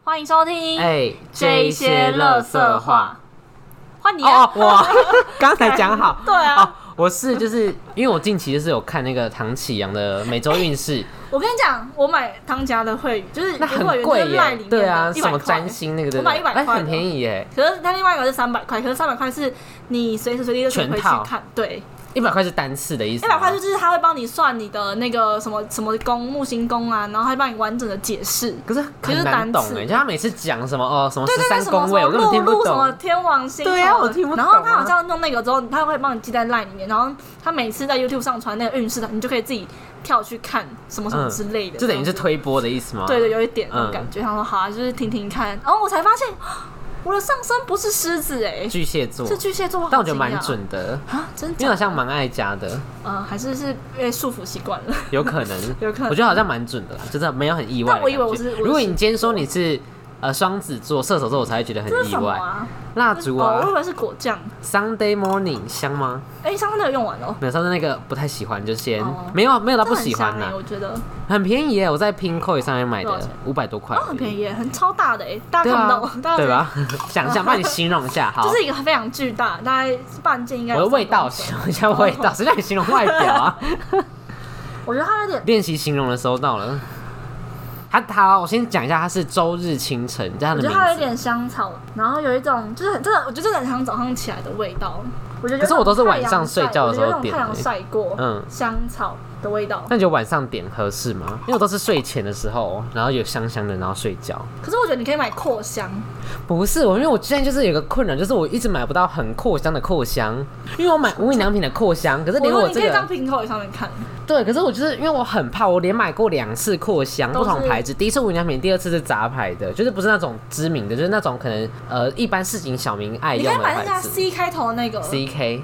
欢迎收听这一些垃圾话。 换你啊！ 我刚才讲好。 对啊。 我是因为我近期就是有看那个唐启阳的每周运势。 我跟你讲，我买汤家的会员，就是那很贵耶。对啊，什么占星那个的， 我买100块， 很便宜耶。 可是它另外一个是300块，可是300块是你随时随地都可以回去看。对。 100块是单次的意思吗？100 块就是他会帮你算你的那个什么什么宫木星宫啊，然后他会帮你完整的解释。 可是很难懂哎，就他每次讲什么什么13宫位，我根本听不懂。 什么天王星？ 对啊，我听不懂。 然后他好像弄那个之后，他会帮你记在 LINE 里面，然后他每次在 YouTube 上传那个运势，你就可以自己跳去看什么什么之类的。 就等于是推播的意思吗？ 对对，有一点那种感觉。他说好啊，就是听听看，然后我才发现。我的上升不是狮子巨蟹座是巨蟹座， 但我觉得蛮准的啊，真的， 因为好像蛮爱家的， 还是被束缚习惯了， 有可能， 有可能， 我觉得好像蛮准的啦，就是没有很意外。 但我以为我是， 如果你今天说你是双子座、射手座，我才会觉得很意外。蜡烛啊， 我以为是果酱。 Sunday morning 香吗？ 上次那个用完了。 没有，上次那个不太喜欢，就先没有到不喜欢啦。 我觉得很便宜耶，我在 Pinkoi 上面买的，500多块。 很便宜耶，很超大的大家看不到， 对吧？想帮你形容一下，好， 就是一个非常巨大，大概半件应该。 我的味道，形容一下味道，谁叫你形容外表啊？ 我觉得它有点练习形容的时候到了。好，我先讲一下，它是周日清晨，这样的名字。 我觉得它有点香草，然后有一种就是真的，我觉得很像早上起来的味道。我觉得可是我都是晚上睡觉的时候点， 太阳晒过，香草的味道。 那你觉得晚上点合适吗？因为我都是睡前的时候，然后有香香的，然后睡觉。 可是我觉得你可以买扩香。 不是因为我现在就是有个困扰，就是我一直买不到很扩香的扩香，因为我买无印良品的扩香，可是连我这个你可以当Pinkoi上面看。 对，可是我就是因为我很怕，我连买过2次扩香，不同牌子，第一次无印良品，第二次是杂牌的，就是不是那种知名的，就是那种可能一般市井小民爱用的牌子。 你可以买那家 C 开头的那个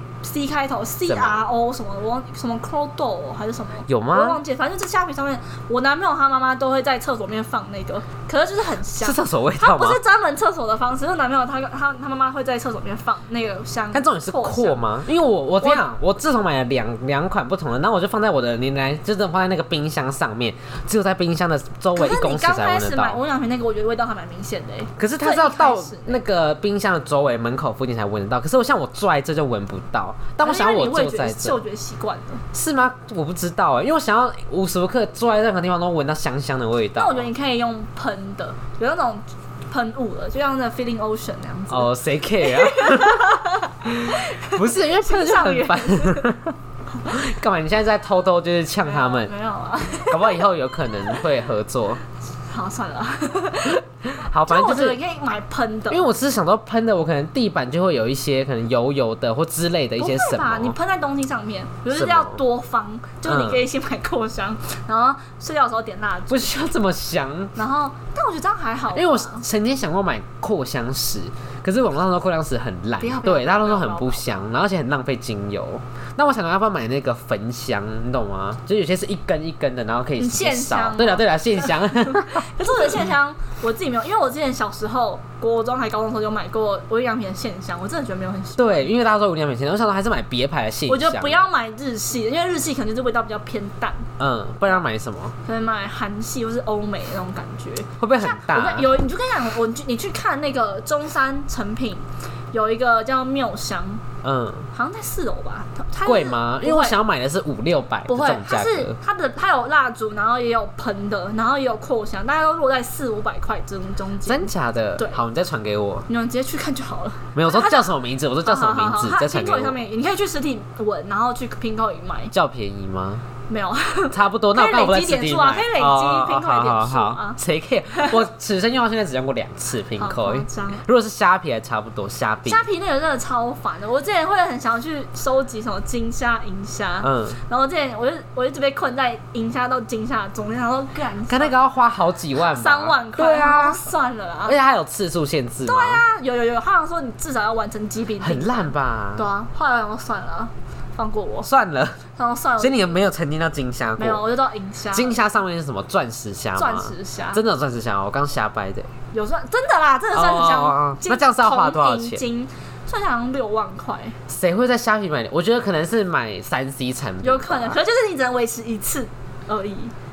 C 开头 CRO 什么的，什么 Crodo 还是什么？ 有吗？ 我忘记，反正就是虾皮上面，我男朋友他妈妈都会在厕所里面放那个，可是就是很香。 是厕所味道吗？ 它不是专门厕所的方式，是男朋友他妈妈会在厕所里面放那个香。 但重点是扩吗？因为我这样，我自从买了两款不同的，然后我就放在我的就是放在那个冰箱上面，只有在冰箱的周围1公尺才闻得到。可是你刚开始买无印良品那个，我觉得味道还蛮明显的可是它是要到那个冰箱的周围门口附近才闻得到，可是像我坐在这就闻不到。但我想要我坐在这， 嗅觉习惯了是吗？我不知道因为我想要无时无刻坐在任何地方都闻到香香的味道。 那我觉得你可以用喷的，有那种喷雾的，就像那 Feeling Ocean 那样子。 谁 care 啊？不是，因为喷的就很烦。干嘛？你现在在偷偷就是呛他们？ 没有啊， 搞不好以后有可能会合作。 好，算了。 好，反正就是你可以买喷的， 因为我只是想到喷的，我可能地板就会有一些可能油油的或之类的一些什么。 你喷在东西上面，比如说要多方，就是你可以先买扩香，然后睡觉的时候点蜡烛。 不需要这么香。 然后，但我觉得这样还好， 因为我曾经想过买扩香石，可是网上说扩香石很烂，对，大家都说很不香，然后而且很浪费精油。那我想要不要买那个焚香，你懂吗？就有些是一根一根的，然后可以现烧。 对了，现香。 可是我的线香我自己没有，因为我之前小时候国中还高中的时候有买过无印良品的线香，我真的觉得没有很喜欢。 对，因为大家说无印良品线香，我想说还是买别牌的线香。 我觉得不要买日系的，因为日系可能就是味道比较偏淡。 不然要买什么？ 可能买韩系或是欧美的那种感觉。 会不会很大？ 你就跟你讲，你去看那个中山成品有一个叫妙香。好像在4楼吧。 贵吗？因为我想要买的是500-600 不会，它有蜡烛，然后也有喷的，然后也有扩香，大家都落在400-500块中间。 真假的？ 对， 好，你再传给我。 你们直接去看就好了。 没有说叫什么名字，我说叫什么名字，再传给我。 上面你可以去实体闻，然后去Pinkoi买。 较便宜吗？ 没有， 差不多。那我刚好在实体买， 可以累积Pinkoi点数啊。 谁 care？ 我此生用到现在只用过2次Pinkoi。如果是虾皮还差不多，虾皮那个真的超烦的。我之前会很想要去收集什么金虾、银虾，然后之前我一直被困在银虾到金虾中间，然后看那个要花好几万吧，3 万块。对啊，算了啦。 而且它有次数限制吗？ 对啊，有，好像说你至少要完成基本。 很烂吧？ 对啊，后来我算了。放过我算了， 然后算了。 所以你没有曾经到金虾过？ 没有，我就到银虾。 金虾上面是什么？钻石虾吗？ 钻石虾， 真的有钻石虾？我刚瞎掰的。 有钻，真的啦，真的钻石虾。 那这样是要花多少钱？ 算下好像6万块。 谁会在虾皮买？我觉得可能是买3C 产品， 有可能，可是就是你只能维持1次而已。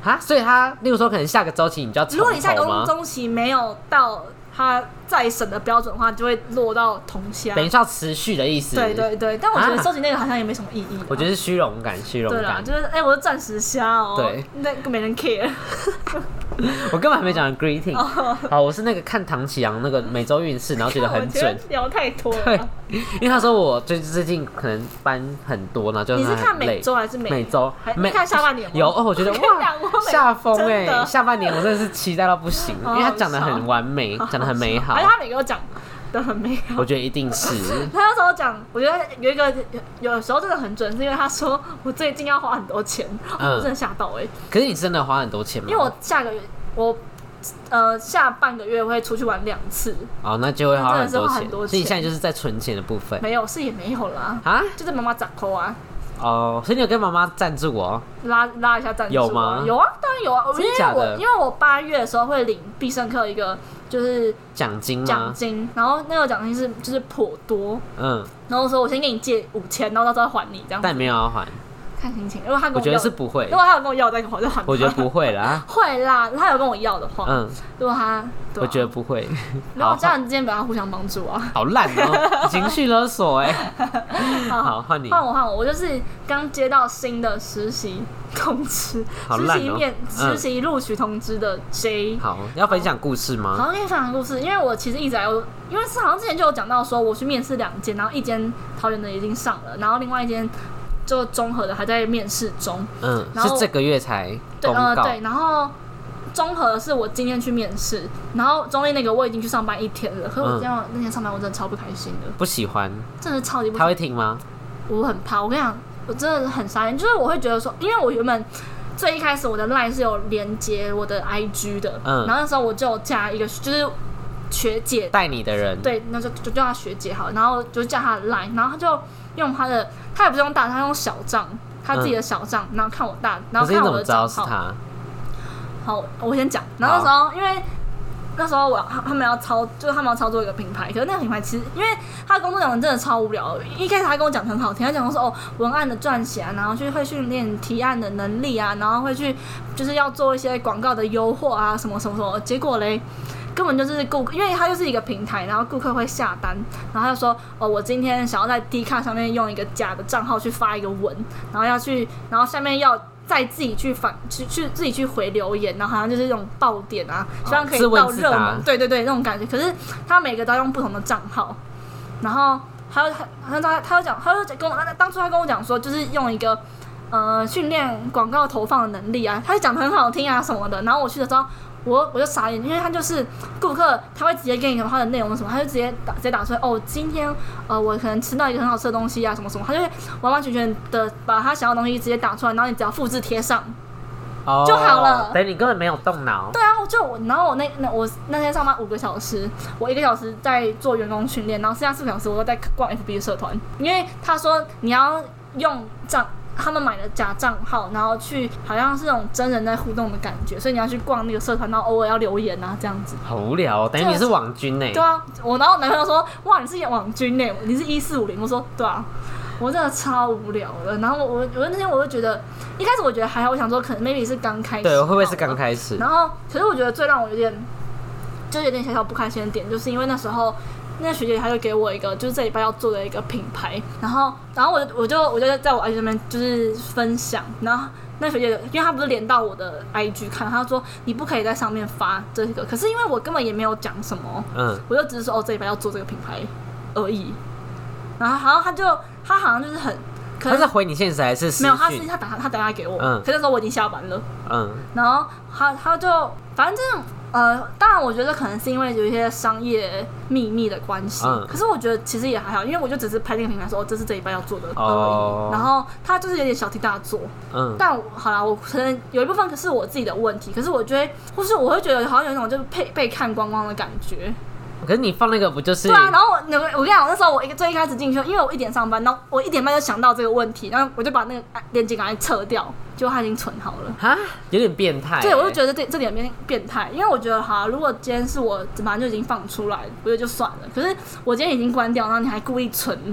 啊，所以他例如说可能下个周期你就要重投吗？ 如果你下个周期没有到他再审的标准的话，就会落到同乡， 等于是要持续的意思。 对对对，但我觉得收集那个好像也没什么意义。 我觉得是虚荣感。 对啦，就是我是暂时瞎哦。对，那个没人 care。 我根本还没讲 greeting。好，我是那个看唐启阳那个每周运势，然后觉得很准。 聊太多了。 对，因为他说我最近可能班很多，然后就你是看每周还是每周？ 你看下半年吗？ 有哦，我觉得哇，下风下半年我真的是期待到不行，因为他讲的很完美，讲的很美好。 而且他每个都讲的很美好。 我觉得一定是。 他那时候讲，我觉得有一个有时候真的很准，是因为他说我最近要花很多钱，我真的吓到可是你真的花很多钱吗？ 因为我下个月下半个月会出去玩2次。 哦，那就会花很多钱。 所以你现在就是在存钱的部分。 没有，是也没有啦。 啊？ 就是妈妈攒扣啊。 哦，所以你有跟妈妈赞助我？ 拉一下赞助。 有吗？ 有啊，当然有啊。 真的假的？ 因为我8月的时候会领必胜客一个就是奖金吗？ 奖金，然后那个奖金就是颇多。然后说我先给你借5000，然后到时候还你这样子。 但没有要还。 看心情，如果他跟我觉得是不会。 如果他有跟我要，再还就还。 我觉得不会啦。 会啦，他有跟我要的话，如果他， 我觉得不会。 然后家人之间不要互相帮助啊。 好烂哦，情绪勒索好，换你。 换我，我就是刚接到新的实习通知，实习录取通知的 J。 好，要分享故事吗？ 好，跟你分享故事，因为我其实一直因为是好像之前就有讲到说，我去面试2间，然后一间桃园的已经上了，然后另外一间。就综合的还在面试中， 是这个月才公告。 对，然后综合的是我今天去面试，然后中间那个我已经去上班1天了，可是我那天上班我真的超不开心的， 不喜欢， 真的超级不喜欢。 他会听吗？ 我很怕，我跟你讲，我真的很傻眼，就是我会觉得说，因为我原本最一开始我的 LINE 是有连接我的 IG 的，然后那时候我就有加一个就是学姐带你的人， 对，那就叫她学姐好，然后就加她的 LINE， 然后他就用他也不是用大，他用小账，他自己的小账，然后看我大，然后看我的账号。好，我先讲。然后那时候，因为那时候他们要操作一个品牌，可是那个品牌其实，因为他的工作讲的真的超无聊。一开始他跟我讲很好听，他讲说文案的撰写啊，然后会训练提案的能力啊，然后会去就是要做一些广告的优化啊，什么什么什么。结果嘞。根本就是因为它就是一个平台，然后顾客会下单，然后他就说我今天想要在 Dcard 上面用一个假的账号去发一个文，然后下面要再自己去自己去回留言，然后好像就是那种爆点啊，希望可以到热门，对对对那种感觉。可是他每个都用不同的账号，然后他就跟我当初他跟我讲说，就是用一个训练广告投放的能力啊，他就讲得很好听啊什么的。然后我去的时候。我就傻眼，因为他就是顾客，他会直接跟你说他的内容是什么，他就直接打出来今天我可能吃到一个很好吃的东西啊什么什么，他就会完完全全的把他想要的东西直接打出来，然后你只要复制贴上就好了。 等于你根本没有动脑。 对啊，然后我那天上班5个小时，我1个小时在做员工训练，然后剩下4个小时我都在逛 FB 的社团，因为他说你要用他们买的假账号，然后去好像是那种真人在互动的感觉，所以你要去逛那个社团，然后偶尔要留言啊，这样子。 好无聊等于你是网军对啊，然后男朋友说：“哇，你是网军你是1450。”我说：“对啊。”我真的超无聊的。然后我那天我就觉得，一开始我觉得还好，我想说可能 maybe 是刚开始。 对，会不会是刚开始？ 然后，可是我觉得最让我有点小小不开心的点，就是因为那时候。那个学姐她就给我一个，就是这礼拜要做的一个品牌，然后我就在我 IG 那边就是分享，然后那学姐因为她不是连到我的 IG 看，她说你不可以在上面发这个，可是因为我根本也没有讲什么，我就只是说这礼拜要做这个品牌而已，然后好像她好像就是很， 他是回你现实还是私讯？ 没有，他打电话给我，可是那时候我已经下班了，然后他就反正这种。当然，我觉得可能是因为有一些商业秘密的关系，可是我觉得其实也还好，因为我就只是拍那个品牌说，这是这一半要做的而已。然后他就是有点小题大做，但好啦，我可能有一部分可是我自己的问题，可是我觉得，或是我会觉得好像有一种就是被看光光的感觉。 可是你放那个不就是？ 对啊，然后我跟你讲，那时候我最一开始进去，因为我1点上班，然后我1点半就想到这个问题，然后我就把那个链接赶快撤掉，结果它已经存好了。 哈，有点变态。 对，我就觉得这点变态，因为我觉得如果今天是我马上就已经放出来，我觉得就算了。可是我今天已经关掉，然后你还故意存，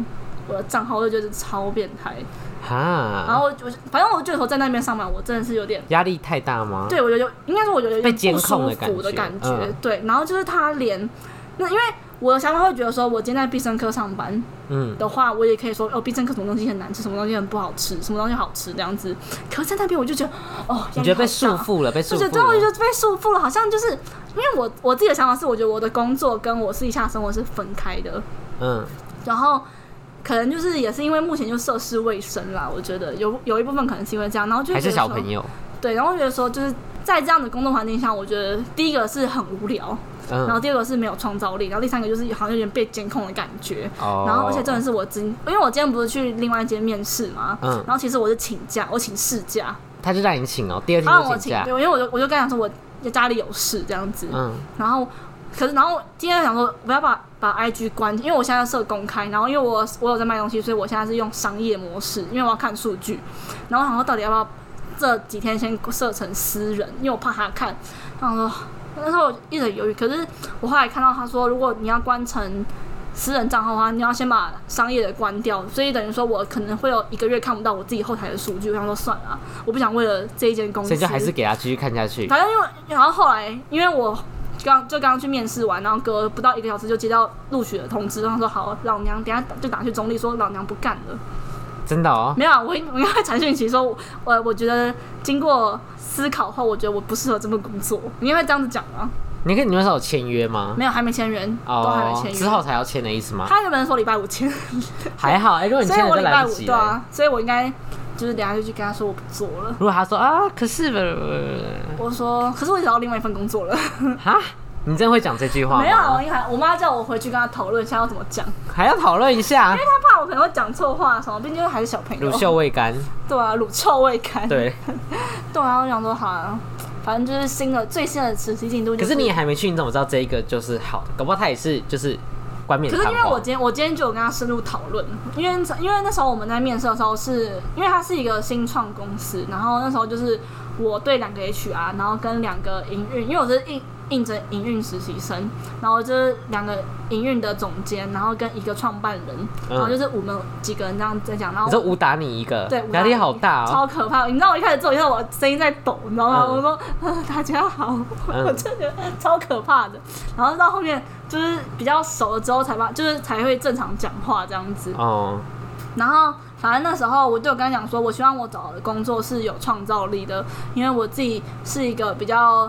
我的账号，我就觉得超变态。 哈， 然后反正我觉得我在那边上班，我真的是有点压力太大吗？ 对，我觉得应该说我觉得有点被监控的感觉。对，然后就是他连那因为我的想法会觉得说，我今天在必胜客上班的话，我也可以说必胜客什么东西很难吃，什么东西很不好吃，什么东西好吃这样子。可是在那边我就觉得你觉得被束缚了，被束缚了。 对，我觉得被束缚了，好像就是因为我自己的想法是，我觉得我的工作跟我私底下生活是分开的。然后可能就是也是因为目前就涉世未深啦，我觉得有一部分可能是因为这样，然后就还是小朋友。 对，然后觉得说就是在这样的工作环境下，我觉得第一个是很无聊。然后第二个是没有创造力，然后第三个就是好像有点被监控的感觉。然后而且真的是因为我今天不是去另外一间面试嘛，然后其实我是请假，我请事假。 他就让你请第二天就请假。 对，因为我就跟他讲说我家里有事这样子。然后今天想说我要把 IG 关，因为我现在设公开，然后因为我有在卖东西，所以我现在是用商业模式，因为我要看数据。然后我想说到底要不要这几天先设成私人，因为我怕他看。然后说。那时候我一直很犹豫，可是我后来看到他说，如果你要关成私人账号的话，你要先把商业的关掉，所以等于说我可能会有1个月看不到我自己后台的数据。我想说算了，我不想为了这一间公司， 所以就还是给他继续看下去。 反正然后后来因为我刚去面试完，然后隔不到1个小时就接到录取的通知，然后说好，老娘等一下就打去中立说老娘不干了。 真的哦？ 没有，我应该会传讯息说，我觉得经过思考后，我觉得我不适合这份工作。你应该会这样子讲吗？ 你们那时候有签约吗？ 没有，还没签约，都还没签约， 之后才要签的意思吗？ 他原本说礼拜5签， 还好如果你签了就来不及了。 对啊，所以我应该就是等一下就去跟他说我不做了。 如果他说可是我说可是我找到另外一份工作了。 哈？你真的会讲这句话吗？ 没有，我妈叫我回去跟她讨论一下要怎么讲， 还要讨论一下， 因为她怕我可能会讲错话什么，毕竟还是小朋友。 乳臭未干。 对啊，乳臭未干。 对。 对啊，我想说好，反正就是最新的实习进度。 可是你也还没去，你怎么知道这一个就是好的？搞不好他也是就是冠冕堂皇。 可是因为我今天就有跟他深入讨论，因为那时候我们在面试的时候因为它是一个新创公司，然后那时候就是我对2个 HR， 然后跟2个营运，因为我是应征营运实习生，然后就是2个营运的总监，然后跟1个创办人，然后就是我们几个人这样在讲。然后你说武打你一个， 对， 压力好大超可怕。你知道我一开始做以后，我声音在抖，你知道吗？我说大家好，我真的超可怕的。然后到后面就是比较熟了之后才会正常讲话这样子。然后反正那时候我就有跟他讲说，我希望我找的工作是有创造力的，因为我自己是一个比较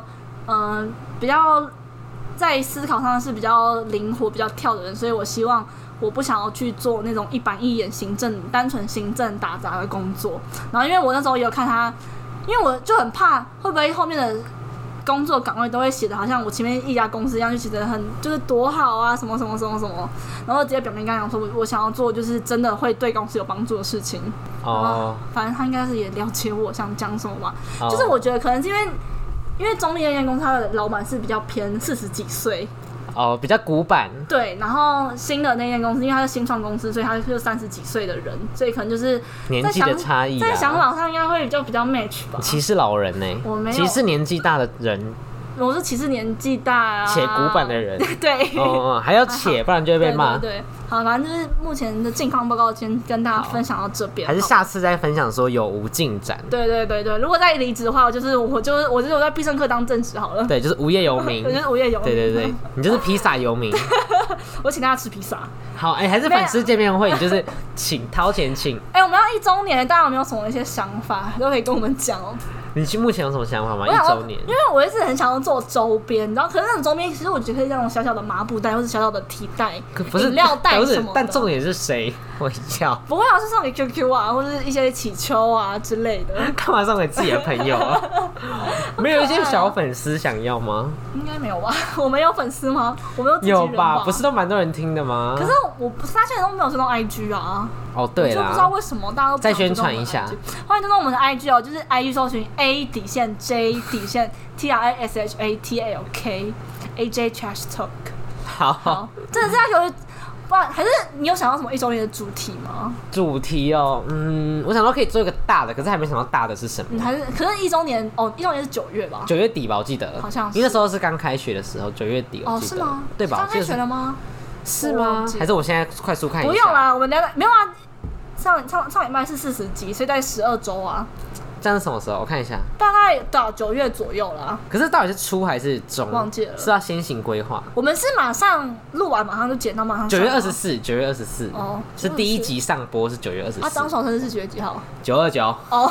在思考上是比较灵活、比较跳的人，所以我希望我不想要去做那种一板一眼单纯行政打杂的工作。然后因为我那时候也有看他，因为我就很怕会不会后面的工作岗位都会写的好像我前面一家公司一样，就写的很就是多好啊什么什么什么什么，然后直接表明跟他讲说我想要做就是真的会对公司有帮助的事情。反正他应该是也了解我想讲什么吧。就是我觉得可能是因为中立那间公司，他的老板是比较偏40几岁， 比较古板。 对，然后新的那间公司，因为他是新创公司，所以他是30几岁的人，所以可能就是年纪的差异， 在想法上应该会比较 match 吧。 歧视老人呢？我没有歧视年纪大的人。 我是歧视年纪大啊， 且古板的人。 对， 还要且，不然就会被骂。 对，好，反正就是目前的近况报告，先跟大家分享到这边。 还是下次再分享说有无进展。 对，如果再离职的话，我在必胜客当正职好了。 对，就是无业游民。 我就是无业游民。 对，你就是披萨游民。 我请大家吃披萨。 好，还是粉丝见面会，你就是掏钱请。 我们要1周年，大家有没有什么一些想法，都可以跟我们讲哦。 你目前有什么想法吗？1周年， 因为我一直很想要做周边，你知道，可是那种周边其实我觉得可以那种小小的麻布袋，或是小小的提袋、饮料袋什么的。 但重点是谁会要？ 不会是送给 QQ 啊，或是一些祈求啊之类的。 干嘛送给自己的朋友啊？没有一些小粉丝想要吗？ 应该没有吧？我们有粉丝吗？我们有吧？不是都蛮多人听的吗？ 可是我发现都没有追踪 IG 啊。 对啦， 我就不知道为什么大家都再宣传一下。 欢迎追踪我们的 IG 就是 IG 搜寻 A_J_TRISHATALK AJ Trash Talk。好，真的这样有。不然还是你有想到什么1周年的主题吗？ 主题我想到可以做一个大的，可是还没想到大的是什么。 可是1周年1周年是9月吧 ？9月底吧，我记得。 好像是。 因为那时候是刚开学的时候，9月底。 是吗？ 对吧？ 刚开学了吗？ 是吗？还是我现在快速看一下？ 不用啦，我们没有啊。上礼拜是40集，所以在12周啊。 这样是什么时候？我看一下， 大概到9月左右啦。 可是到底是初还是中？ 忘记了， 是要先行规划。我们是马上录完，马上就剪到马上上。 9月24哦，是第1集上播是9月24。 张爽生日是9月几号 ？929。 哦，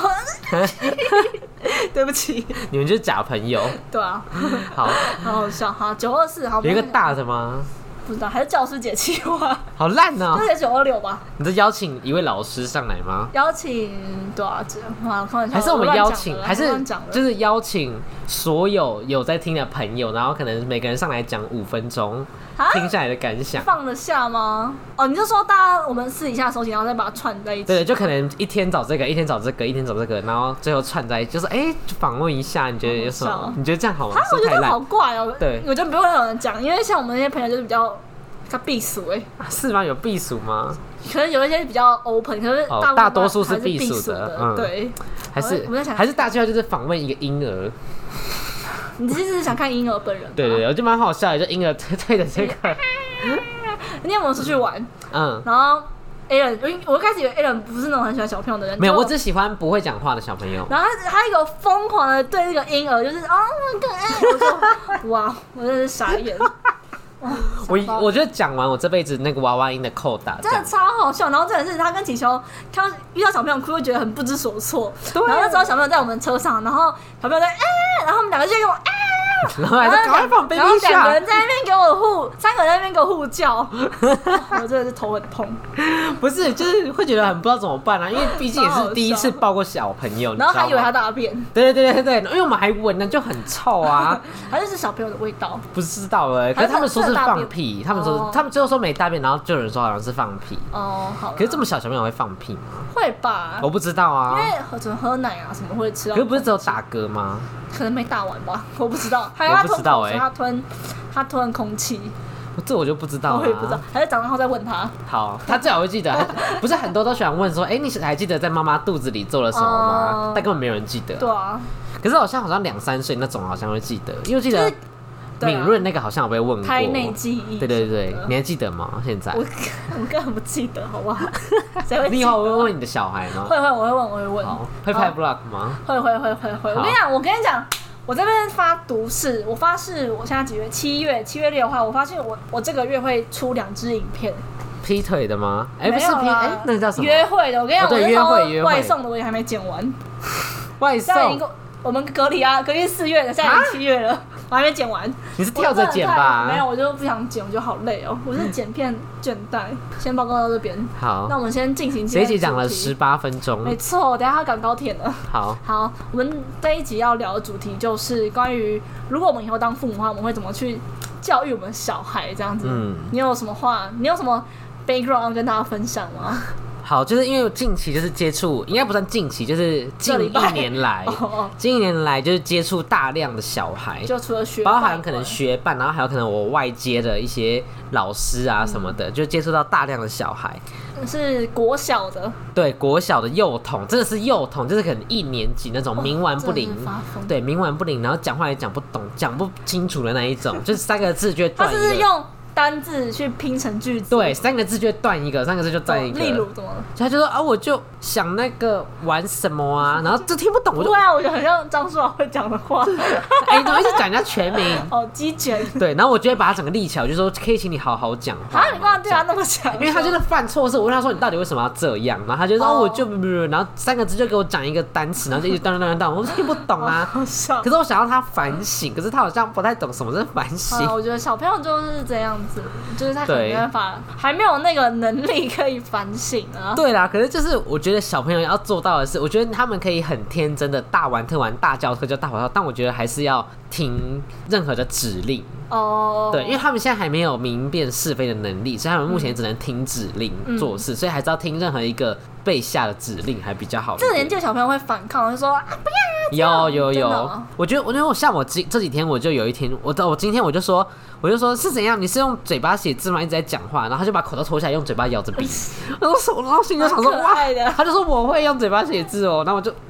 对不起， 你们就是假朋友。 对啊， 好好笑哈，924好。 有一个大的吗？ 不知道，还是教师节企划？ 好烂哦！ 这是926吧？ 你在邀请一位老师上来吗？ 邀请多少只？ 还是我们邀请？还是就是邀请所有在听的朋友，然后可能每个人上来讲5分钟，听下来的感想， 放得下吗？哦，你就说大家我们私底下收集，然后再把它串在一起。 对，就可能一天找这个，一天找这个，一天找这个，然后最后串在一起，就是就访问一下，你觉得有什么？你觉得这样好吗？ 我觉得好怪哦。 对， 我觉得不会有人讲，因为像我们那些朋友就是比较避暑是吗？有避暑吗？ 可能有一些比较 open， 可是大多数是避暑的。 对， 还是大家就是访问一个婴儿。 你其实是想看婴儿本人？ 对，我就蛮好笑的，就婴儿推的这个。 你有没有出去玩？然后 Alan， 我一开始以为 Alan 不是那种很喜欢小朋友的人， 没有，我只喜欢不会讲话的小朋友。 然后他有疯狂的对这个婴儿，就是很可爱，我说哇，我真是傻眼。 我觉得讲完我这辈子那个娃娃音的扣打， 真的超好笑。然后真的是他跟启修看到遇到小朋友哭，会觉得很不知所措。然后那时候小朋友在我们车上，然后小朋友在然后他们两个就跟我然后还在赶快放 baby shark， 然后2个人在那边给我3个人在那边给我互叫，我真的是头很痛。 不是，就是会觉得很不知道怎么办啊，因为毕竟也是第一次抱过小朋友， 然后还以为他大便。 对，因为我们还闻呢，就很臭啊， 还是小朋友的味道。 不知道可是他们说是放屁，他们最后说没大便，然后就有人说好像是放屁。 哦，好。 可是这么小小朋友会放屁吗？ 会吧， 我不知道啊， 因为喝奶啊什么会吃到。 可是不是只有打嗝吗？ 可能没打完吧，我不知道。 我不知道他吞空气， 这我就不知道了。 我也不知道，还是长大后再问他。 好，他最好会记得。不是很多都喜欢问说，你还记得在妈妈肚子里做了什么吗？但根本没有人记得。 对啊。 可是好像2、3岁那种好像会记得，因为记得敏润那个好像有被问过。 胎内记忆。 对，你还记得吗？现在我根本不记得，好不好？谁会记得？ 你以后会问你的小孩吗？ 会，我会问。 会拍 vlog 吗？ 会。我跟你讲。我这边发毒誓，我发誓，我现在几月？7月6的话，我发现我这个月会出2支影片。 劈腿的吗？不是劈，那个叫什么？ 约会的。我跟你讲， 对，约会外送的我也还没剪完。 外送。 我们隔离4月的，现在已经7月了，我还没剪完。 你是跳着剪吧？ 没有，我就不想剪，我觉得好累哦。我是剪片倦怠。先报告到这边。 好， 那我们先进行。 这一集讲了18分钟。 没错，等一下要赶高铁了。 好， 我们这一集要聊的主题就是关于，如果我们以后当父母的话，我们会怎么去教育我们小孩这样子。你有什么话？你有什么 background 要跟大家分享吗？ 好，就是因为近期就是接触，应该不算近期，就是近1年来，近1年来就是接触大量的小孩， 就除了学伴， 包含可能学伴，然后还有可能我外接的一些老师啊什么的，就接触到大量的小孩。 是国小的， 对，国小的幼童，真的是幼童，就是可能1年级那种冥顽不灵，对，冥顽不灵，然后讲话也讲不懂、讲不清楚的那一种，就是3个字就会断一个。 他是用单字去拼成句子， 对，3个字就会断一个，3个字就断一个。 例如怎么了？ 他就说我就想那个玩什么啊，然后就听不懂，我就对啊，我觉得很像张书豪会讲的话。 你怎么一直讲人家全名？ 鸡卷。对， 然后我就会把他整个立起来，我就说可以请你好好讲话。 你干嘛对他那么讲？ 因为他真的犯错事，我问他说你到底为什么要这样，然后他就说我就然后3个字就给我讲一个单词，然后就一直断，我听不懂啊。可是我想要他反省，可是他好像不太懂什么是反省。 我觉得小朋友就是这样子，就是他没办法，还没有那个能力可以反省啊。 对啦，可是就是我觉得小朋友要做到的是，我觉得他们可以很天真的大玩特玩、大叫特叫、大跑跳，但我觉得还是要听任何的指令。对，因为他们现在还没有明辨是非的能力，所以他们目前只能听指令做事，所以还是要听任何一个被下的指令还比较好。 这个年纪的小朋友会反抗，就说不要。有，我觉得我像我这几天我就有一天，我今天我就说是怎样？你是用嘴巴写字吗？一直在讲话，然后他就把口罩脱下来，用嘴巴咬着笔。然后心里就想说哇，他就说我会用嘴巴写字哦，然后我就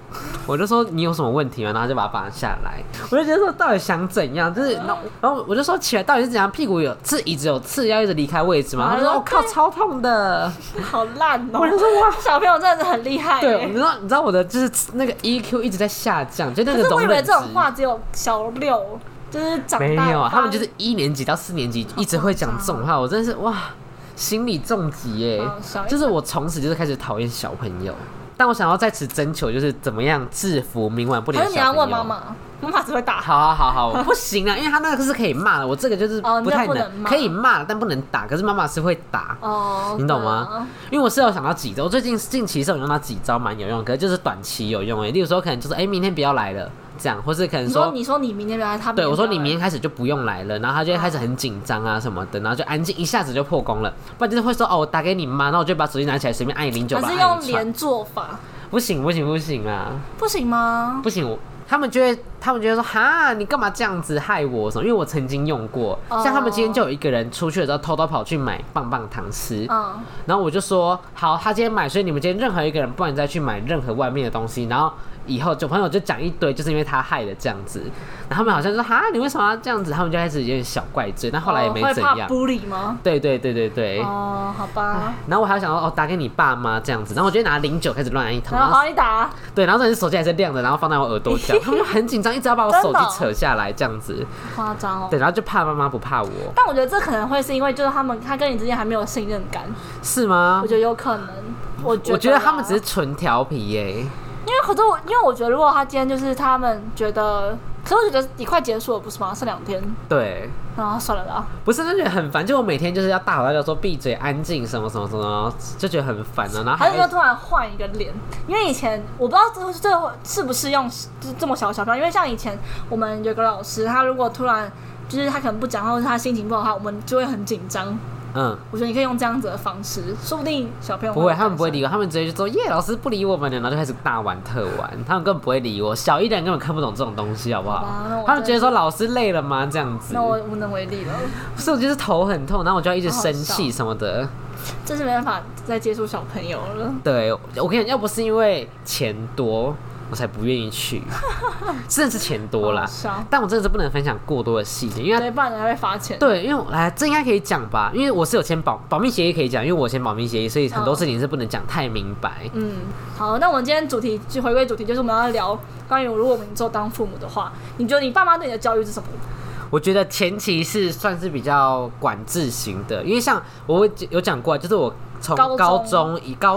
我就说你有什么问题吗？然后就把他绑下来。我就觉得说到底想怎样？就是然后我就说起来到底是怎样？屁股是椅子有刺，要一直离开位置吗？他就说我靠，超痛的， 好烂哦！ 我就说哇， 小朋友真的是很厉害。 对，你知道我的就是那个 EQ 一直在下降，就那个。可是我以为这种话只有小6。就是长大没有，他们就是1年级到4年级一直会讲这种话，我真的是哇，心理重击耶！就是我从此就是开始讨厌小朋友，但我想要在此征求，就是怎么样制服冥顽不灵的小朋友。还是你要问妈妈？妈妈只会打。好，不行啊，因为他那个是可以骂的，我这个就是不太能，可以骂但不能打。可是妈妈是会打，你懂吗？因为我是有想到几招，我最近近期是有用到几招蛮有用，可是就是短期有用例如说可能就是明天不要来了。这样，或是可能说， 你说你明天不要来，他对我说你明天开始就不用来了，然后他就会开始很紧张啊什么的，然后就安静，一下子就破功了。不然就是会说我打给你妈，然后我就把手机拿起来随便按09， 可是用连做法， 不行啊， 不行吗？ 不行，他们就会说哈，你干嘛这样子害我什么？因为我曾经用过，像他们今天就有一个人出去的时候偷偷跑去买棒棒糖吃，然后我就说好，他今天买，所以你们今天任何一个人不能再去买任何外面的东西，然后。以后朋友就讲一堆，就是因为他害的这样子，然后他们好像说哈，你为什么要这样子？他们就开始有点小怪罪，但后来也没怎样。 会怕bully吗？ 对。 好吧。 然后我还想说打给你爸妈这样子，然后我就拿09开始乱按一通。 然后好，你打。 对，然后手机还是亮的，然后放在我耳朵角，他们就很紧张，一直要把我手机扯下来这样子。 夸张哦。 对，然后就怕妈妈不怕我。 但我觉得这可能会是因为就是他跟你之间还没有信任感。 是吗？ 我觉得有可能。我觉得他们只是纯调皮耶。 因为我觉得，如果他今天就是他们觉得，可是我觉得你快结束了，不是吗？剩2天。对。然后算了啦。不是，就觉得很烦，就我每天就是要大吼大叫说闭嘴、安静什么什么什么，就觉得很烦啊。然后还是突然换一个脸，因为以前我不知道这适不适用，就是这么小朋友，因为像以前我们有个老师，他如果突然就是他可能不讲话，或者他心情不好的话，我们就会很紧张。我觉得你可以用这样子的方式，说不定小朋友不会，他们不会理我，他们直接就说耶，老师不理我们了，然后就开始大玩特玩，他们根本不会理我，小1的人根本看不懂这种东西，好不好？他们觉得说老师累了吗？这样子， 那我无能为力了。 所以我就是头很痛，然后我就要一直生气什么的。 这是没办法再接触小朋友了。 对，我跟你讲，要不是因为钱多。我才不愿意去，真的是钱多啦。但我真的是不能分享过多的细节，因为不然你还会罚钱。 对，因为这应该可以讲吧，因为我是有签保密协议可以讲，因为我签保密协议，所以很多事情是不能讲太明白。 好，那我们今天主题就回归主题，就是我们要聊关于如果我们以后当父母的话，你觉得你爸妈对你的教育是什么？ 我觉得前期是算是比较管制型的，因为像我有讲过，就是我从高中高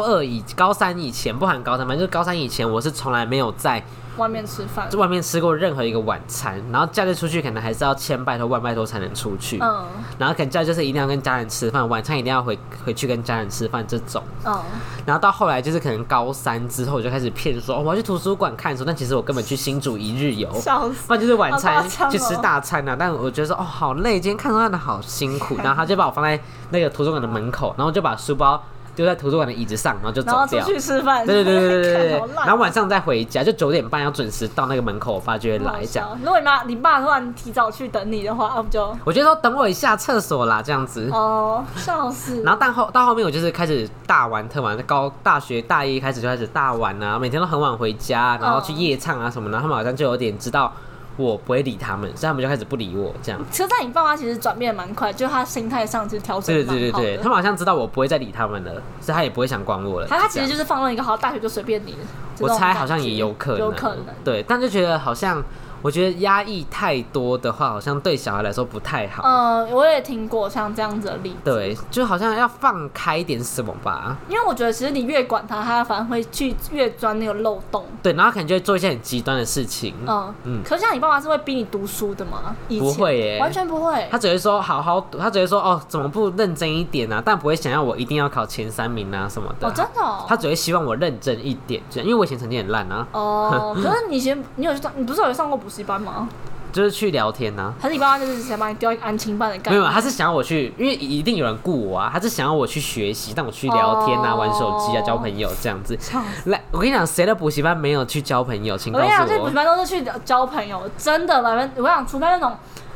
3以前，不含高3，反正就是高3以前，我是从来没有在外面吃饭， 外面吃过任何一个晚餐，然后假日出去可能还是要千拜托万拜托才能出去，然后可能假日就是一定要跟家人吃饭，晚餐一定要回去跟家人吃饭这种，然后到后来就是可能高3之后我就开始骗说我要去图书馆看书，但其实我根本去新竹1日游，不然就是晚餐去吃大餐啊，但我觉得说好累，今天看书看得好辛苦，然后他就把我放在那个图书馆的门口，然后就把书包丢在图书馆的椅子上，然后就走掉。 然后出去吃饭。 对，然后晚上再回家，就9点半要准时到那个门口，我爸就会来这样。 如果你爸突然提早去等你的话，不就？ 我就说等我一下厕所啦，这样子。 笑死。 然后到后面我就是开始大玩特玩，大学大1开始就开始大玩啊，每天都很晚回家，然后去夜唱啊什么的，他们好像就有点知道。我不会理他们，所以他们就开始不理我这样。 其实，在你爸妈其实转变蛮快，就他心态上其实调整蛮好的。 对，他们好像知道我不会再理他们了，所以他也不会想管我了。 他其实就是放任一个好大学就随便你。 我猜好像也有可能。对，但就觉得好像。我觉得压抑太多的话，好像对小孩来说不太好。 我也听过像这样子的例子。 对，就好像要放开一点什么吧。 因为我觉得其实你越管他，他反而会去越钻那个漏洞。 对，然后可能就会做一些很极端的事情。 可是像你爸妈是会逼你读书的吗？ 不会耶， 完全不会。 他只会说好好读，他只会说怎么不认真一点啊？但不会想要我一定要考前3名啊什么的。 真的哦。 他只会希望我认真一点，因为我以前成绩很烂啊。 可是你不是有上过补习班吗？ 就是去聊天啊， 还是你爸妈就是想把你丢一个安亲班的概念？ 没有，他是想要我去，因为一定有人雇我啊，他是想要我去学习，让我去聊天啊，玩手机啊，交朋友这样子。来，我跟你讲，谁的补习班没有去交朋友？请告诉我。 我跟你讲，这补习班都是去交朋友，真的来，我跟你讲，除非那种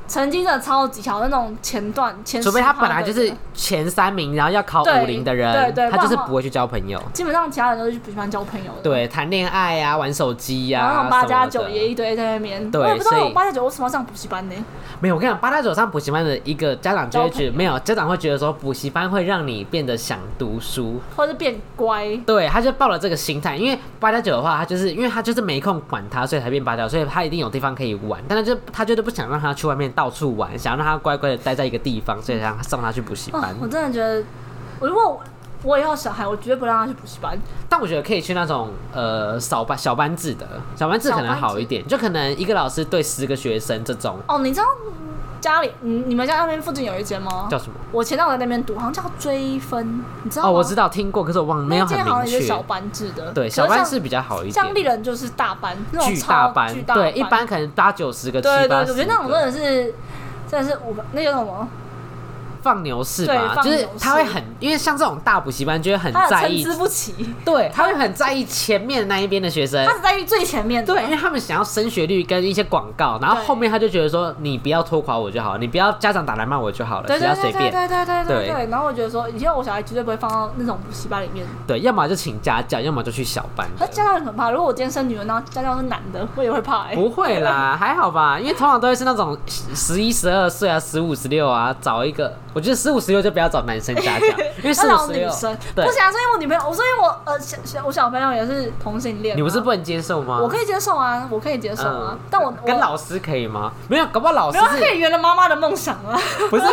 成绩真的超级好，那种前除非他本来就是前3名，然后要考50的人，对，他就是不会去交朋友。 基本上其他人都是喜欢交朋友的， 对，谈恋爱啊，玩手机啊， 然后那种8+9也一堆在那边。对，我也不知道8+9为什么要上补习班呢？ 没有，我跟你讲，8+9上补习班的一个家长就会觉得，没有家长会觉得说补习班会让你变得想读书， 或是变乖。 对，他就抱了这个心态，因为8+9的话，他就是因为他就是没空管他，所以才变8+9，所以他一定有地方可以玩，但他就是不想让他去外面到处玩，想要让他乖乖的待在一个地方，所以让他送他去补习班。 我真的觉得，如果我以后小孩，我绝对不让他去补习班。 但我觉得可以去那种小班制的，小班制可能好一点，就可能一个老师对10个学生这种。 哦，你知道家里你们家那边附近有一间吗？ 叫什么？ 我前段我在那边读，好像叫追分，你知道吗？ 哦，我知道听过，可是我忘了，没有很明确。 那间好像也是小班制的， 对，小班是比较好一点。 像丽人就是大班，那种巨大班，对，一般可能8、90个， 对，我觉得那种真的是那叫什么？ 放牛式吧，就是他会很，因为像这种大补习班就会很在意， 参差不齐， 对，他会很在意前面那一边的学生， 他是在意最前面的， 对，因为他们想要升学率跟一些广告，然后后面他就觉得说，你不要拖垮我就好，你不要家长打来骂我就好了，只要随便， 对，然后我觉得说，以后我小孩绝对不会放到那种补习班里面， 对，要么就请家教，要么就去小班。 他家教很可怕，如果我今天生女儿，然后家教是男的，我也会怕。 不会啦，还好吧，因为通常都会是那种11、12岁啊，15、16啊，找一个，我觉得15、16就不要找男生家教，因为15、16 女生不行啊，所以我女朋友，所以我小朋友也是同性恋。 你不是不能接受吗？ 我可以接受啊，我可以接受啊，但我跟老师可以吗？没有，搞不好老师没有可以圆了妈妈的梦想啊。 不是，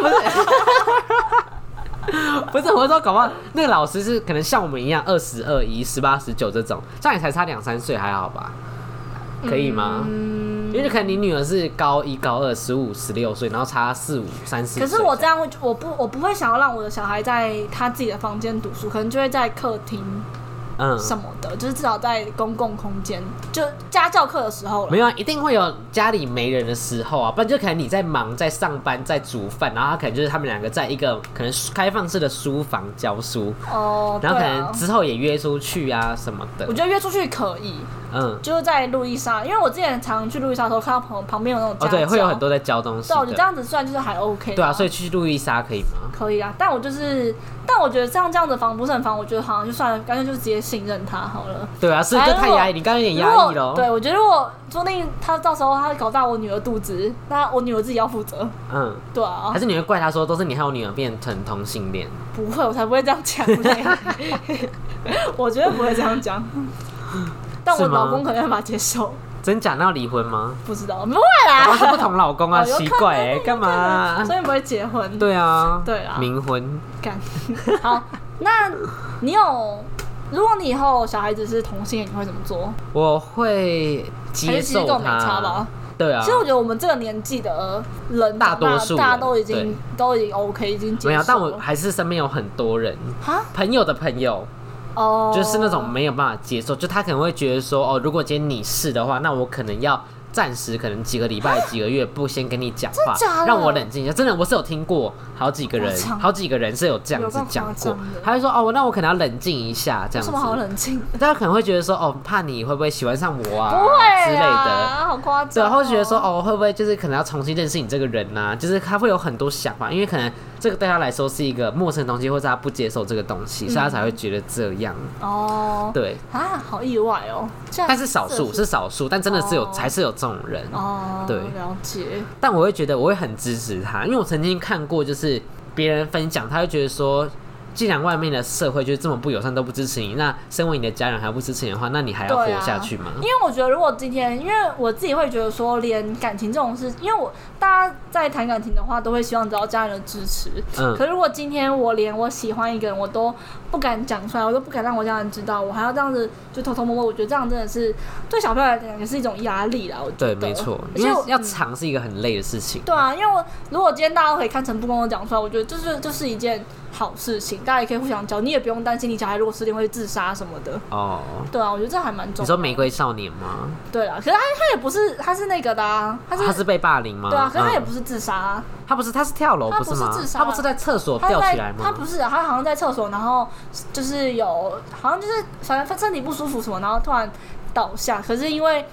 不是，我说搞不好那个老师是可能像我们一样20、21、18、19这种，像你才差2、3岁还好吧？可以吗？因为可能你女儿是高1、高2、15、16岁，然后差4、5、3、4岁。 可是我这样我不会想要让我的小孩在他自己的房间读书，可能就会在客厅。什么的，就是至少在公共空间，就家教课的时候了。 没有啊，一定会有家里没人的时候啊，不然就可能你在忙，在上班，在煮饭，然后他可能就是他们2个在一个可能开放式的书房教书。哦。然后可能之后也约出去啊什么的。 我觉得约出去可以。就是在路易莎，因为我之前常去路易莎的时候，看到旁边有那种家教， 对，会有很多在教东西。 对，我觉得这样子算就是还 OK。 对啊，所以去路易莎可以吗？ 可以啊，但我觉得像这样的防不胜防，我觉得好像就算了，干脆就直接信任他好了。 对啊，是就太压抑，你刚刚有点压抑了。 对，我觉得如果说不定他到时候他搞大我女儿肚子，那我女儿自己要负责。对啊。还是你会怪他说都是你害我女儿变成同性恋？ 不会，我才不会这样讲。我绝对不会这样讲。但我老公可能没办法接受。 真假？那要离婚吗？ 不知道，不会啦。 是不同老公啊，奇怪干嘛？ 所以不会结婚。 对啊， 对啊， 冥婚。 干。好，那如果你以后小孩子是同性恋，你会怎么做？ 我会接受他。其实跟我没差吧？对啊。 其实我觉得我们这个年纪的人，大多数大家都已经 OK， 已经接受了。 没有，但我还是身边有很多人，朋友的朋友。就是那种没有办法接受，就他可能会觉得说，如果今天你是的话，那我可能要暂时可能几个礼拜、几个月不先跟你讲话，让我冷静一下。真的，我是有听过好几个人是有这样子讲过，他会说那我可能要冷静一下，这样子。 有什么好冷静？ 大家可能会觉得说，怕你会不会喜欢上我啊， 不会之类的， 好夸张。 对，然后觉得说，会不会就是可能要重新认识你这个人啊？就是他会有很多想法，因为可能这个对他来说是一个陌生的东西，或者他不接受这个东西，所以他才会觉得这样。对啊，好意外哦。 但是少数，但真的是还是有这种人。对， 了解。 但我会觉得我会很支持他，因为我曾经看过，就是别人分享，他会觉得说，既然外面的社会就是这么不友善，都不支持你，那身为你的家人还不支持你的话，那你还要活下去吗？ 因为我觉得，如果今天，因为我自己会觉得说，连感情这种事，因为大家在谈感情的话，都会希望得到家人的支持。可是如果今天我连我喜欢一个人，我都不敢讲出来，我都不敢让我家人知道，我还要这样子就偷偷摸摸，我觉得这样真的是对小朋友来讲也是一种压力啦。我觉得对，没错，因为要藏是一个很累的事情。 对啊，因为如果今天大家都可以看成不公的讲出来，我觉得就是一件好事情，大家也可以互相教，你也不用担心你小孩如果失恋会自杀什么的。对啊，我觉得这还蛮重要的。 你说玫瑰少年吗？ 对啦，可是他也不是，他是那个的啊，他是被霸凌吗？ 对啊，可是他也不是自杀啊。 他是跳楼，不是吗？他不是在厕所吊起来吗？ 他不是，他好像在厕所，然后就是好像就是反正身体不舒服什么，然后突然倒下。可是因为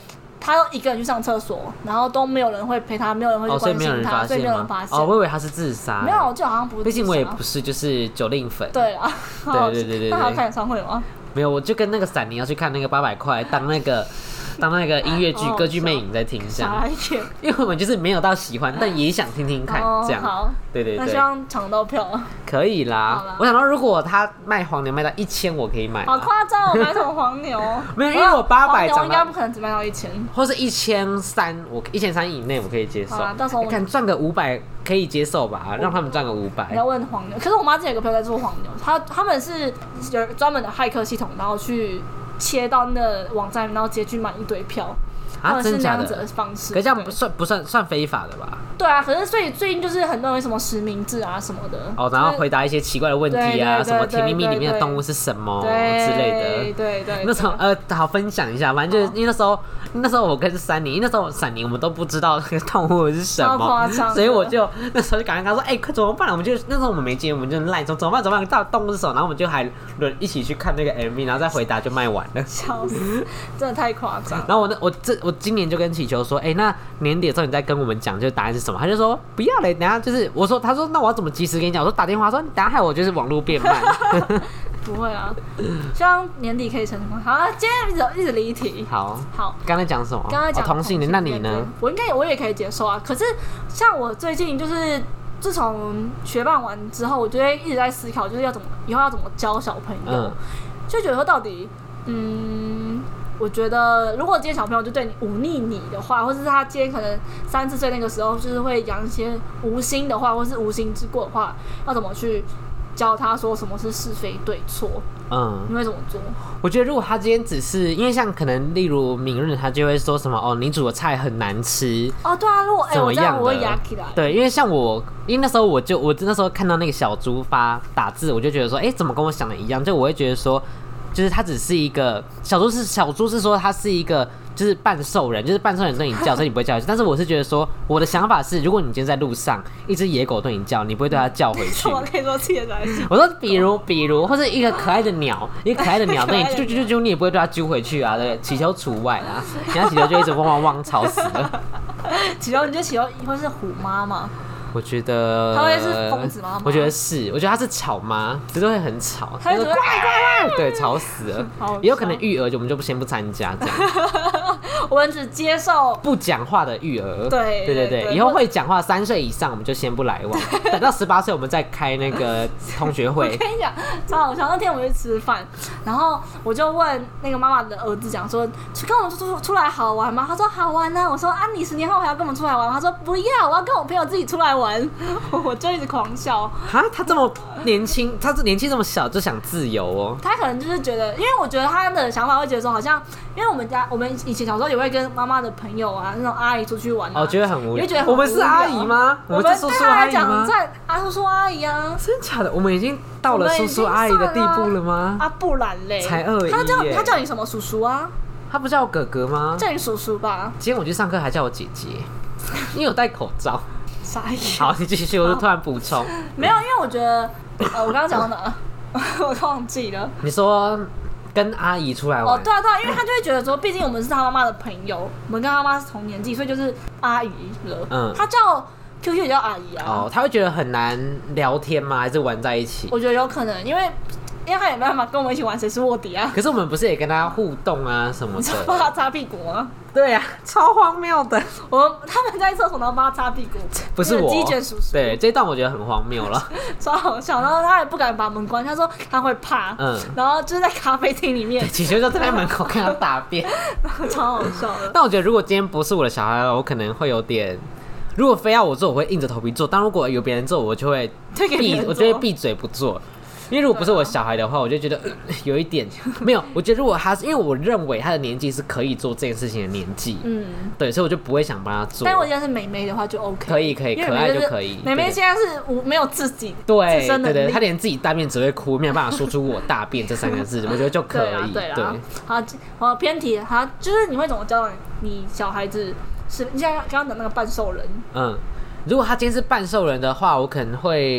他一个人去上厕所，然后都没有人会陪他，没有人会去关心他，所以没有人发现。 我以为他是自杀。 没有，就好像不是。 毕竟我也不是就是酒令粉。 对啊。 对。 那他要看演唱会吗？ 没有，我就跟那个闪灵要去看那个800块当那个音乐剧歌剧魅影在听这样，因为我们就是没有到喜欢，但也想听听看这样。 好， 对。 那希望抢到票。 可以啦。我想到如果他卖黄牛卖到1000，我可以买。 好夸张，我买什么黄牛？ 没有，因为我800 涨，应该不可能只卖到1000， 或是1300，我1300以内我可以接受。 到时候看赚个500可以接受吧，让他们赚个500。 你要问黄牛，可是我妈之前有个朋友在做黄牛，他们是有专门的骇客系统，然后去切到那个网站，然后直接去买一堆票。他们是那样子的方式， 可是这样不算非法的吧？ 对啊，可是所以最近就是很多人什么实名制啊什么的， 然后回答一些奇怪的问题啊，什么甜蜜蜜里面的动物是什么之类的。 对。 那时候好分享一下，反正就是因为那时候我跟闪灵，那时候闪灵我们都不知道那个动物是什么，所以我就那时候就赶快跟他说，快怎么办？我们就那时候我们没接，我们就赖说怎么办？到底动物是什么？然后我们就还一起去看那个 MV， 然后再回答就卖完了。 笑死，真的太夸张。 然后我今年就跟祈求说，那年底的时候你再跟我们讲，就是答案是什么？他就说不要嘞，等下就是他说那我要怎么及时跟你讲？我说打电话说你等下害我就是网络变慢。 不会啊，希望年底可以成功。好，今天一直离题。 好，刚才讲什么？ 刚才讲同性恋，那你呢？ 我也可以接受啊。可是像我最近就是自从学伴完之后，我就会一直在思考，就是以后要怎么教小朋友，就觉得说到底，我觉得如果今天小朋友就对你忤逆你的话，或是他今天可能3、4岁那个时候就是会讲一些无心的话，或是无心之过的话，要怎么去教他说什么是是非对错？你会怎么做？我觉得如果他今天只是因为像可能例如明日他就会说什么你煮的菜很难吃对啊，如果我这样我会压起来。 对，因为像我那时候我那时候看到那个小猪打字，我就觉得说怎么跟我想的一样？就我会觉得说。就是他只是一个小猪是说他是一个就是半兽人，就是半兽人对你叫，所以你不会叫回去。但是我是觉得说，我的想法是，如果你今天在路上，一只野狗对你叫，你不会对它叫回去。 我可以说切来去。 我说比如，或者一个可爱的鸟，对你啾，你也不会对它啾回去啊，对，祈求除外啦。然后祈求就一直汪，吵死了。 祈求你就祈求会是虎妈吗？ 我觉得他会是疯子吗？ 我觉得他是吵妈，只是会很吵， 他就乖， 对，吵死了。也有可能育儿，我们就先不参加这样。 我们只接受不讲话的育儿。 对， 以后会讲话3岁以上，我们就先不来往，等到18岁我们再开那个同学会。 我跟你讲，超好笑。那天我们去吃饭，然后我就问那个妈妈的儿子讲说，跟我们出来好玩吗？他说好玩啊。我说你10年后还要跟我们出来玩吗？他说不要，我要跟我朋友自己出来玩。我就一直狂笑。他这么年轻，他年纪这么小就想自由哦。 他可能就是觉得，因为我觉得他的想法会觉得说，好像因为我们以前小时候也会跟妈妈的朋友啊那种阿姨出去玩觉得很无聊。 觉得很无聊。 我们是阿姨吗？我们是叔叔阿姨吗？ 在叔叔阿姨啊。 真假的？我们已经到了叔叔阿姨的地步了吗？ 不然嘞， 才21耶。 他叫你什么叔叔啊？ 他不叫我哥哥吗？ 叫你叔叔吧。 今天我去上课还叫我姐姐，因为我戴口罩。好，你继续。我就突然补充， 没有，因为我觉得，我刚刚讲到哪？我忘记了。你说跟阿姨出来玩？ 对啊，因为他就会觉得说，毕竟我们是他妈妈的朋友，我们跟他妈妈是同年纪，所以就是阿姨了。他叫 QQ 也叫阿姨啊。他会觉得很难聊天吗？还是玩在一起？ 我觉得有可能，因为他也没办法跟我们一起玩谁是卧底啊。 可是我们不是也跟他互动啊什么的？ 你帮他擦屁股吗？ 对啊，超荒谬的。 他们在厕所然后帮他擦屁股， 不是我鸡卷叔叔。 对，这一段我觉得很荒谬了， 超好笑。然后他也不敢把门关，他说他会怕。然后就是在咖啡厅里面， 祈求就站在门口看他大便， 超好笑的。 但我觉得如果今天不是我的小孩，我可能会有点。如果非要我做，我会硬着头皮做；但如果有别人做，我就会闭嘴不做。因为如果不是我小孩的话，我就觉得有一点没有。我觉得如果他是，因为我认为他的年纪是可以做这件事情的年纪，对，所以我就不会想帮他做。 但我现在是妹妹的话就 OK， 可以，可爱就可以。 妹妹现在是没有自己对自身能力， 对，她连自己大便只会哭，没有办法说出我大便这3个字，我觉得就可以。 对，好偏题，好，就是你会怎么教你小孩子？是你现在刚刚的那个半兽人？ 如果他今天是半兽人的话，我可能会。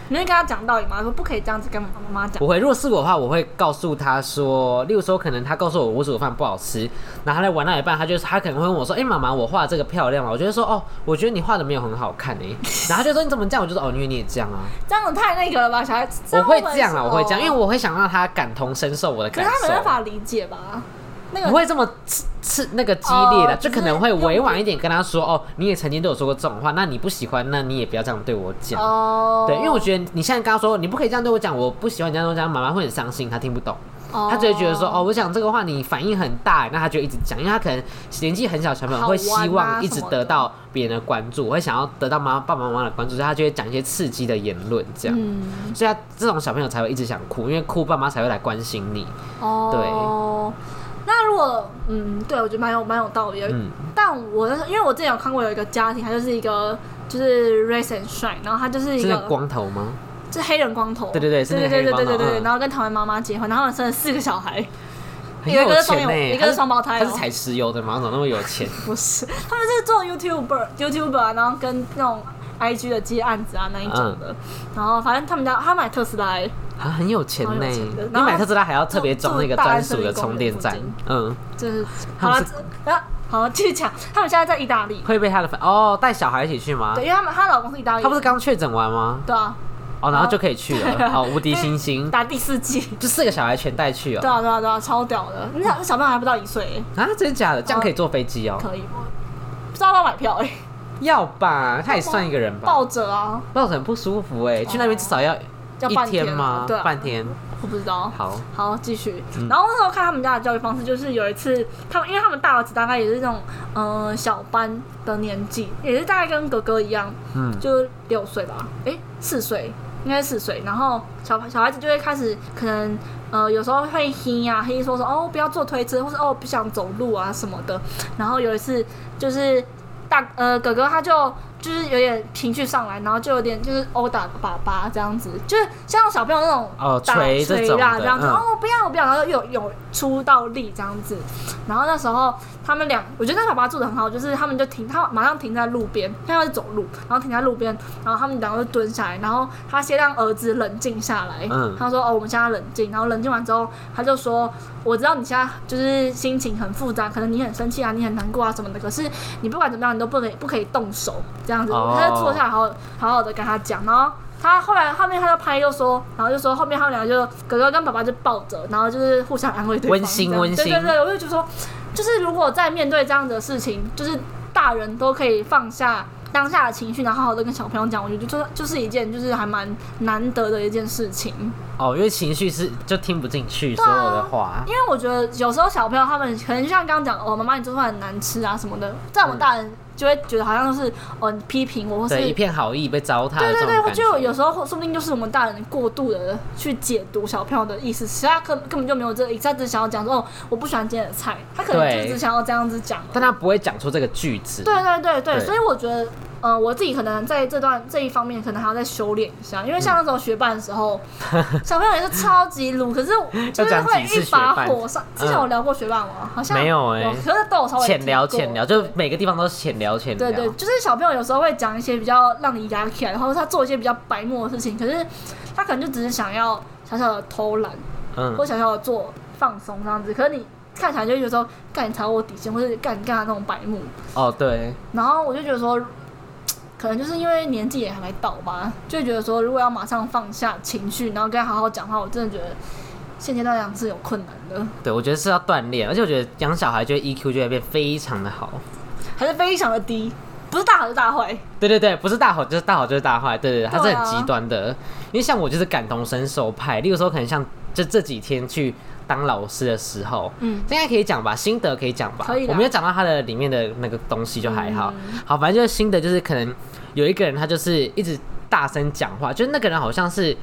你会跟他讲道理吗？说不可以这样子跟妈妈讲。 不会，如果是我的话，我会告诉他说，例如说可能他告诉我煮的饭不好吃，然后他在玩到一半，他可能会问我说，妈妈，我画的这个漂亮吗？我就会说，哦，我觉得你画的没有很好看然后他就说你怎么这样？我就说哦，因为你也这样啊。 这样太那个了吧，小孩子。 我会这样啊，我会这样，因为我会想让他感同身受我的感受。 可是他没办法理解吧？ 不会这么那个激烈的，就可能会委婉一点跟他说，哦，你也曾经对我说过这种话，那你不喜欢，那你也不要这样对我讲。对，因为我觉得你现在跟他说你不可以这样对我讲，我不喜欢你这样对我讲，妈妈会很伤心，他听不懂。他就会觉得说，哦，我讲这个话你反应很大，那他就一直讲，因为他可能年纪很小，小朋友会希望一直得到别人的关注，我会想要得到爸爸妈妈的关注，所以他就会讲一些刺激的言论，这样，所以他这种小朋友才会一直想哭，因为哭爸妈才会来关心你。对。 那如果对，我觉得蛮有道理的。但因为我之前有看过有一个家庭，他就是一个就是 race and shine， 然后他就是一个光头吗？ 是黑人光头， 对，是那个黑人光头， 对，然后跟台湾妈妈结婚，然后他们生了4个小孩， 很有钱一个是双胞胎。 他是采石油的吗？怎么那么有钱？ 不是，他们是做 YouTuber 啊，然后跟那种 IG 的接案子啊那一种的，然后反正他买特斯拉， 很有钱呢。你买特斯拉还要特别装那个专属的充电站， 就是好了。好，继续讲。他们现在在意大利， 会被他的带小孩一起去吗？ 对，因为她老公是意大利。 他不是刚确诊完吗？ 对啊。 然后就可以去了，无敌星星打第4季， 就4个小孩全带去对啊，超屌的。你想，小朋友还不到1岁啊？真的假的？这样可以坐飞机哦？ 可以吗？不知道要不要买票要吧，他也算一个人吧。 抱着啊， 抱着很不舒服去那边至少要1天吗？ 对， 半天。 我不知道。好，继续。然后那时候看他们家的教育方式，就是有一次因为他们大儿子大概也是那种小班的年纪，也是大概跟哥哥一样，就6岁吧，4岁，应该是4岁。然后小孩子就会开始可能有时候会嘿说哦不要坐推车，或是哦不想走路啊什么的。然后有一次就是哥哥他就是有点情绪上来，然后就有点就是殴打爸爸这样子，就是像小朋友那种捶啦这样子，不要，然后又有出到力这样子。然后那时候他们俩，我觉得那爸爸做得很好，就是他马上停在路边，他是走路，然后停在路边，然后他们两个就蹲下来，然后他先让儿子冷静下来，他说我们现在冷静，然后冷静完之后，他就说我知道你现在就是心情很复杂，可能你很生气啊，你很难过啊什么的，可是你不管怎么样，你都不可以动手这样子。他就坐下来好好的跟他讲，然后他后面他就拍又说，然后就说后面他们两个就哥哥跟爸爸就抱着，然后就是互相安慰对方，温馨。对，我就觉得说，就是如果在面对这样的事情，就是大人都可以放下当下的情绪，然后好好的跟小朋友讲，我觉得就是一件就是还蛮难得的一件事情。 因为情绪就听不进去所有的话。 因为我觉得有时候小朋友他们可能就像刚刚讲，妈妈你做饭很难吃啊什么的，在我们大人就会觉得好像是你批评我，或是一片好意被糟蹋的这种感觉。 对，就有时候说不定就是我们大人过度的去解读小朋友的意思，其实他根本就没有这个意思，他只想要讲说我不喜欢今天的菜，他可能就只想要这样子讲， 但他不会讲出这个句子。 对，所以我觉得。我自己可能在这一方面可能还要再修炼一下，因为像那时候学伴的时候，小朋友也是超级鲁，可是就是会一把火上。之前有聊过学伴吗？好像没有可是都有稍微浅聊，就每个地方都是浅聊。 对，就是小朋友有时候会讲一些比较让你压起来，然后他做一些比较白目的事情，可是他可能就只是想要小小的偷懒，或小小的做放松这样子，可是你看起来就有时候干你超过底线，或是干他那种白目。 对。然后我就觉得说。可能就是因为年纪也还没到吧，就觉得说如果要马上放下情绪，然后跟他好好讲话，我真的觉得现阶段养是有困难的。 对，我觉得是要锻炼，而且我觉得养小孩就会 EQ 就会变非常的好， 还是非常的低，不是大好就是大坏。 对，不是大好就是大坏，对，它是很极端的。因为像我就是感同身受派，例如说可能像就这几天去当老师的时候，这应该可以讲吧，心得可以讲吧， 可以。 我没有讲到他的里面的那个东西就还好。好，反正就是心得，就是可能有一个人他就是一直大声讲话，就是那个人好像是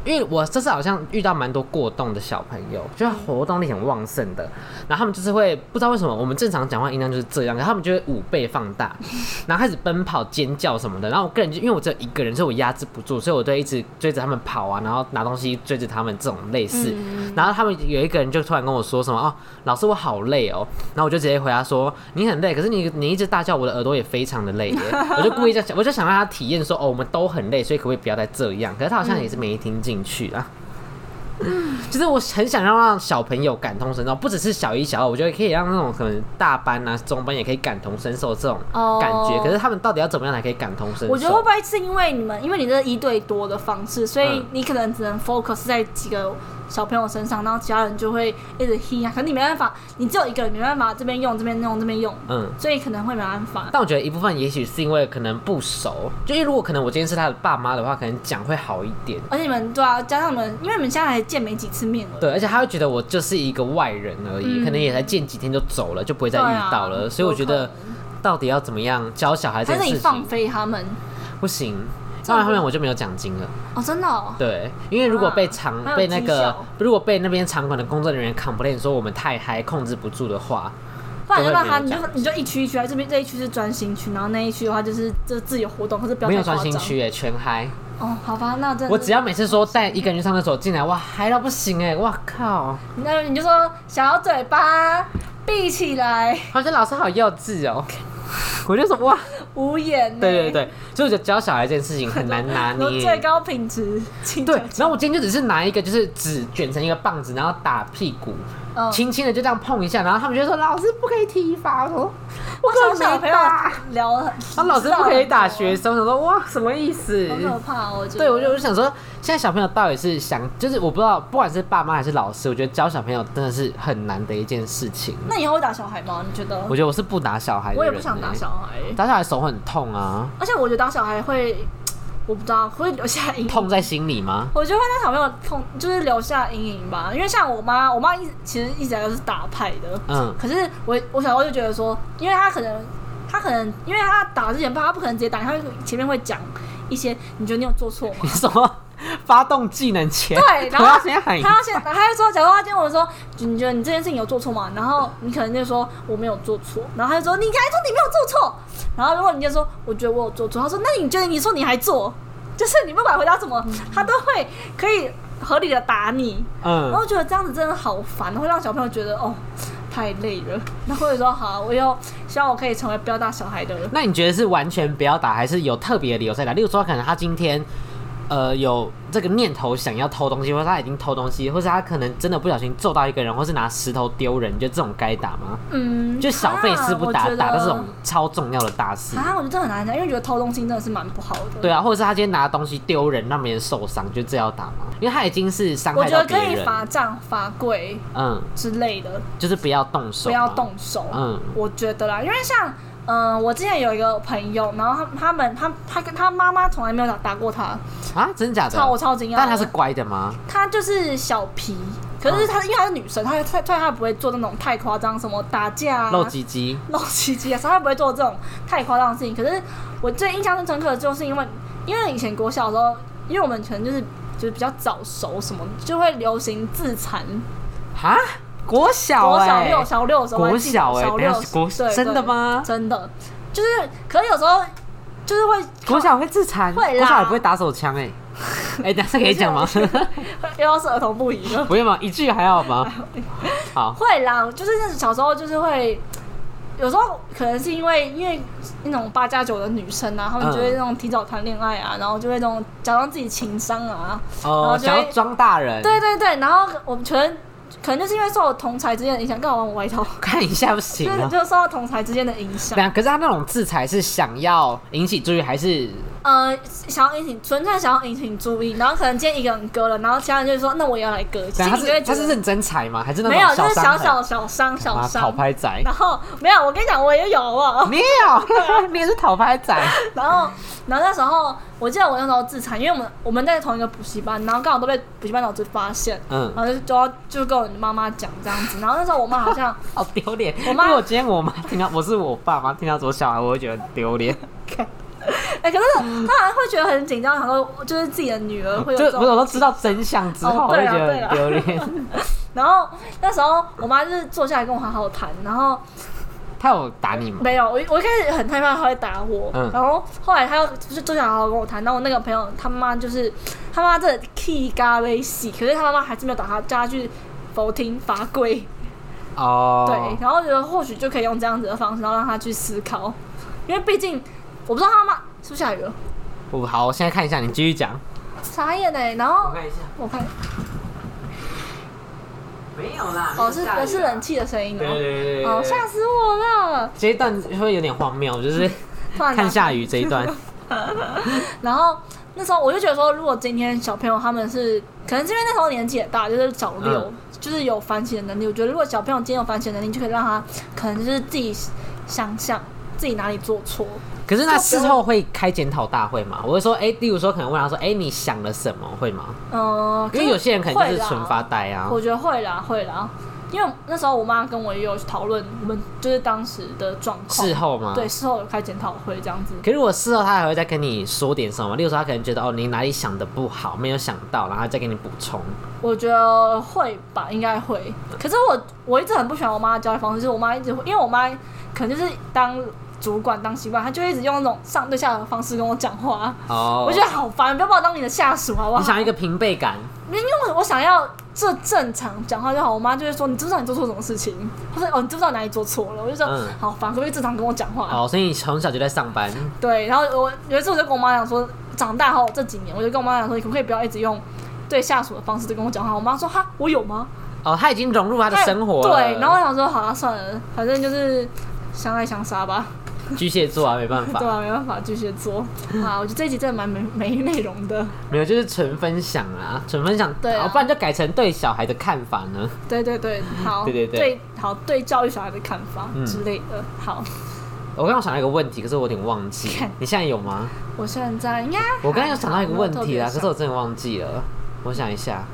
因为我这次好像遇到蛮多过动的小朋友，就是活动力很旺盛的，然后他们就是会不知道为什么我们正常讲话音量就是这样，然后他们就会5倍放大，然后开始奔跑、尖叫什么的。然后我个人就因为我只有一个人，所以我压制不住，所以我都一直追着他们跑啊，然后拿东西追着他们这种类似。然后他们有一个人就突然跟我说什么哦，老师我好累哦，然后我就直接回答说你很累，可是你一直大叫，我的耳朵也非常的累耶。我就故意我就想让他体验说哦，我们都很累，所以可不可以不要再这样？可是他好像也是没听进去啊。就是我很想让小朋友感同身受，不只是小1、小2，我觉得可以让那种可能大班啊、中班也可以感同身受这种感觉。可是他们到底要怎么样才可以感同身受？ 我觉得会不会是因为你这1对多的方式，所以你可能只能 focus 在几个小朋友身上，然后其他人就会一直 hea 啊。可是你没办法，你只有一个人没办法这边用这边用这边用，所以可能会没办法。 但我觉得一部分也许是因为可能不熟，就因为如果可能我今天是他的爸妈的话，可能讲会好一点。 而且你们对啊，加上你们，因为你们现在还见没几次面了， 对，而且他会觉得我就是一个外人而已，可能也才见几天就走了，就不会再遇到了。所以我觉得到底要怎么样教小孩这件事情， 还是你放飞他们？ 不行。当然后面我就没有奖金了。 哦，真的哦。 对，因为如果被如果被那边场馆的工作人员 complain 说我们太嗨控制不住的话， 不然就让他你就一区一区啊，这一区是专心区，然后那一区的话就是自由活动，可是不要太夸张。 没有专心区耶，全嗨。 哦，好吧，那真的。 我只要每次说带一个人去上厕所进来，哇，嗨到不行哎，哇靠！ 那你就说小嘴巴闭起来。 好像老师好幼稚哦。我就说哇， 无言。 对对对，所以我觉得教小孩这件事情很难拿捏。 最高品质。 对，然后我今天就只是拿一个就是纸卷成一个棒子，然后打屁股，轻轻的就这样碰一下，然后他们就说老师不可以体罚。我说我小朋友聊了， 老师不可以打学生。我说哇什么意思？ 好可怕哦！ 对，我就想说，现在小朋友到底是想，就是我不知道，不管是爸妈还是老师，我觉得教小朋友真的是很难的一件事情。 那以后会打小孩吗？你觉得？ 我觉得我是不打小孩的人。 我也不想打小孩， 打小孩手很痛啊。 而且我觉得打小孩会，我不知道会留下阴影。 痛在心里吗？ 我觉得会让小朋友痛，就是留下阴影吧。因为像我妈其实一直都是打派的，可是我小时候就觉得说，因为她可能，因为他打之前他不可能直接打，他前面会讲一些，你觉得你有做错吗？ 你什么发动技能前？ 对，然后他就说，假如他今天我说，你觉得你这件事情有做错吗？然后你可能就说我没有做错，然后他就说你还说你没有做错，然后如果你就说我觉得我有做错，他说那你觉得你说你还做，就是你不管回答什么，他都会可以合理的打你，然后我觉得这样子真的好烦，会让小朋友觉得哦。太累了，那或者说好，我又希望我可以成为不要打小孩的人。 那你觉得是完全不要打，还是有特别的理由在打？例如说，可能他今天有这个念头想要偷东西，或者他已经偷东西，或者他可能真的不小心揍到一个人，或是拿石头丢人，你觉得这种该打吗？就小费事不打，打到这种超重要的大事我觉得很难讲，因为觉得偷东西真的是蛮不好的。 对啊，或者是他今天拿东西丢人，让别人受伤，觉得这要打吗？因为他已经是伤害到别人。 我觉得可以罚站、罚跪，之类的， 就是不要动手， 不要动手。我觉得啦，因为像。我之前有一个朋友，然后他跟他妈妈从来没有打过他啊，真的假的？ 我超惊讶。 但他是乖的吗？ 他就是小皮，可是因为他是女生，他不会做那种太夸张，什么打架、 露鸡鸡啊，所以他不会做这种太夸张的事情。可是我最印象最深刻的就是因为以前国小的时候，因为我们可能就是比较早熟，什么就会流行自残哈。国小小六的时候， 国小对， 真的吗？ 真的，就是，可是有时候就是会国小会自残， 会啦， 国小也不会打手枪等下可以讲吗？ 又要是儿童不宜了， 不用吗？一句还好吗？好， 会啦，就是小时候就是会，有时候可能是因为那种8+9的女生啊，她们就会那种提早谈恋爱啊，然后就会那种假装自己情商啊，然后想要装大人， 对对对，然后我们可能就是因为受到同才之间的影响，干嘛玩我外套？ 看一下不行啊！ 就受到同才之间的影响。 可是他那种自裁是想要引起注意，还是想要纯粹想要引起注意？然后可能今天一个人割了，然后其他人就说：“那我也要来割。” 他是认真裁吗？还是那种没有，就是小伤。 讨拍仔。 然后没有，我跟你讲，我也有，好不好？ 你也有，你也是讨拍仔。 然后那时候，我记得我那时候自残，因为我们在同一个补习班，然后刚好都被补习班老师发现，然后就跟我妈妈讲这样子。然后那时候我妈好像好丢脸，因为今天我妈听到我是我爸妈听到我小孩，我会觉得很丢脸。 可是他还会觉得很紧张，然后就是自己的女儿会有这种， 就我都知道真相之后，会觉得很丢脸。 然后那时候我妈就是坐下来跟我好好谈，然后。 他有打你吗？ 没有，我一开始很害怕他会打我，然后后来他又就是坐下来好好跟我谈。然后我那个朋友他妈就是他妈真的气咖啡戏，可是他妈妈还是没有打他，叫他去佛厅罚跪。 哦， 对，然后觉得或许就可以用这样子的方式，然后让他去思考，因为毕竟我不知道他妈是不是下雨了。 好，我现在看一下，你继续讲。 傻眼欸，然后我看一下， 我看。 没有啦， 是冷气的声音哦。 对， 哦，吓死我了！ 这一段会有点荒谬，就是看下雨这一段。 然后那时候我就觉得说，如果今天小朋友他们是，可能是因为那时候年纪也大，就是小6，就是有反省的能力。我觉得如果小朋友今天有反省能力，就可以让他可能就是自己想象自己哪里做错。 可是那事后会开检讨大会吗？我会说，例如说可能问他说，你想了什么？会吗？因为有些人可能就是纯发呆啊。 我觉得会啦，因为那时候我妈跟我也有讨论我们就是当时的状况。 事后吗？ 对，事后有开检讨会这样子。 可是如果事后他还会再跟你说点什么，例如说他可能觉得你哪里想的不好，没有想到，然后再给你补充。 我觉得会吧，应该会。可是我一直很不喜欢我妈的教育方式，就是我妈一直会，因为我妈可能就是当主管当习惯，他就一直用那种上对下的方式跟我讲话，我觉得好烦，不要把我当你的下属好不好？ 你想要一个平辈感， 因为我想要这正常讲话就好。我妈就会说：“你知不知道你做错什么事情？”或者你知不知道哪里做错了？我就说：“好烦，可不可以正常跟我讲话？” 所以你从小就在上班。 对，然后有一次我就跟我妈讲说，长大后这几年，我就跟我妈讲说，你可不可以不要一直用对下属的方式跟我讲话？我妈说：“哈，我有吗？” 他已经融入他的生活了。 对，然后我想说，好啊，算了，反正就是相爱相杀吧。 巨蟹座啊，没办法。 对啊，没办法，巨蟹座。啊，我觉得这一集真的蛮没内容的。 没有，就是纯分享啊，纯分享。对不然就改成对小孩的看法呢？ 对，好。对，好，对教育小孩的看法之类的。好。 我刚刚想到一个问题，可是我有点忘记。你现在有吗？ 我现在应该。 我刚刚有想到一个问题啦，可是我真的忘记了。我想一下，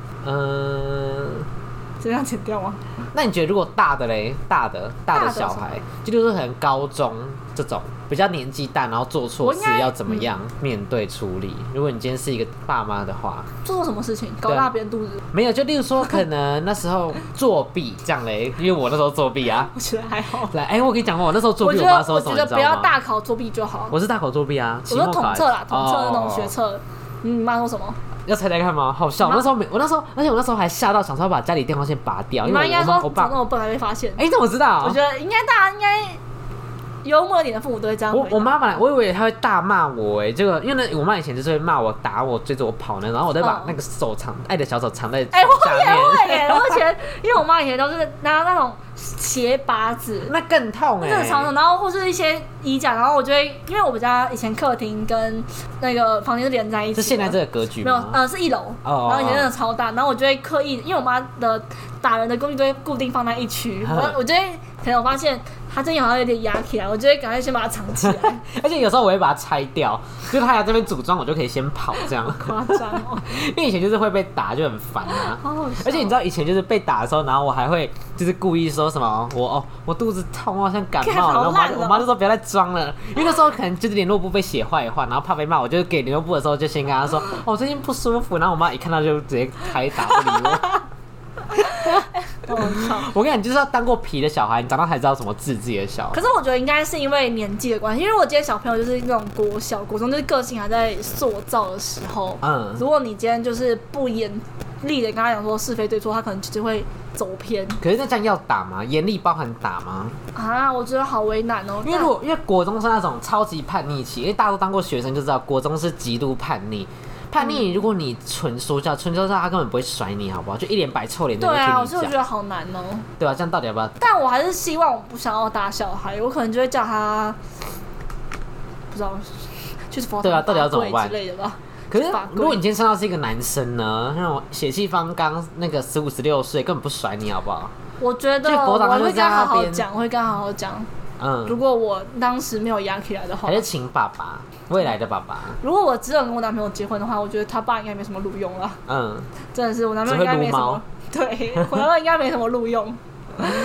这样剪掉吗？ 那你觉得如果大的嘞，大的小孩，就是可能高中这种比较年纪大，然后做错事要怎么样面对处理？如果你今天是一个爸妈的话， 做错什么事情？搞大别人肚子？ 没有，就例如说可能那时候作弊这样嘞，因为我那时候作弊啊。 我觉得还好。 来，我跟你讲过，我那时候作弊，我妈说什么？ 我觉得不要大考作弊就好。 我是大考作弊啊， 我说统测啦，统测那种学测。你妈说什么？ 要猜猜看吗？好笑！而且我那时候还吓到，想说要把家里电话线拔掉。 你妈应该说，我爸那么笨还没发现。 你怎么知道？ 我觉得大家应该幽默一点的父母都会这样。 我妈本来我以为她会大骂我结果因为我妈以前就是会骂我、打我、追着我跑呢，然后我再把那个手爱的小手藏在下面。 我以前因为我妈以前都是拿那种鞋拔子， 那更痛那真的超痛。然后或是一些衣架，然后我就会，因为我们家以前客厅跟那个房间是连在一起。 是现在这个格局吗？ 没有，是1楼。然后以前真的超大，然后我就会刻意，因为我妈的打人的工具都会固定放在一区，我就会可能我发现他这边好像有点压起来，我就会赶快先把它藏起来。 而且有时候我会把它拆掉，就是他来这边组装，我就可以先跑这样。 夸张哦！ 因为以前就是会被打，就很烦啊。而且你知道以前就是被打的时候，然后我还会就是故意说什么我肚子痛，我好像感冒了。然后我妈就说不要再装了，因为那时候可能就是联络部被写坏话，然后怕被骂，我就给联络部的时候就先跟他说我最近不舒服，然后我妈一看到就直接开打不理我。我跟你讲，就是要当过皮的小孩，你长大才知道怎么治自己的小孩。 可是我觉得应该是因为年纪的关系，因为我今天小朋友就是那种国小、国中，就是个性还在塑造的时候。如果你今天就是不严厉的跟他讲说是非对错，他可能就会走偏。 可是那这样要打吗？严厉包含打吗？ 我觉得好为难哦。 因为国中是那种超级叛逆期，因为大家都当过学生就知道，国中是极度叛逆。叛逆，如果你纯说教，他根本不会甩你，好不好？就一脸摆臭脸在那听你讲。 所以我觉得好难哦。 对啊，这样到底要不要？ 但我还是希望我不想要打小孩，我可能就会叫他不知道去佛堂。 对啊，到底要怎么办之类的吧？ 可是如果你今天看到是一个男生呢，那种血气方刚，那个15、16岁，根本不甩你，好不好？ 我觉得我会跟他好好讲，会跟他好好讲。如果我当时没有压起来的话， 还是请爸爸，未来的爸爸。 如果我只有跟我男朋友结婚的话，我觉得他爸应该没什么录用了。真的是我男朋友应该没什么，对，我男朋友应该没什么录用。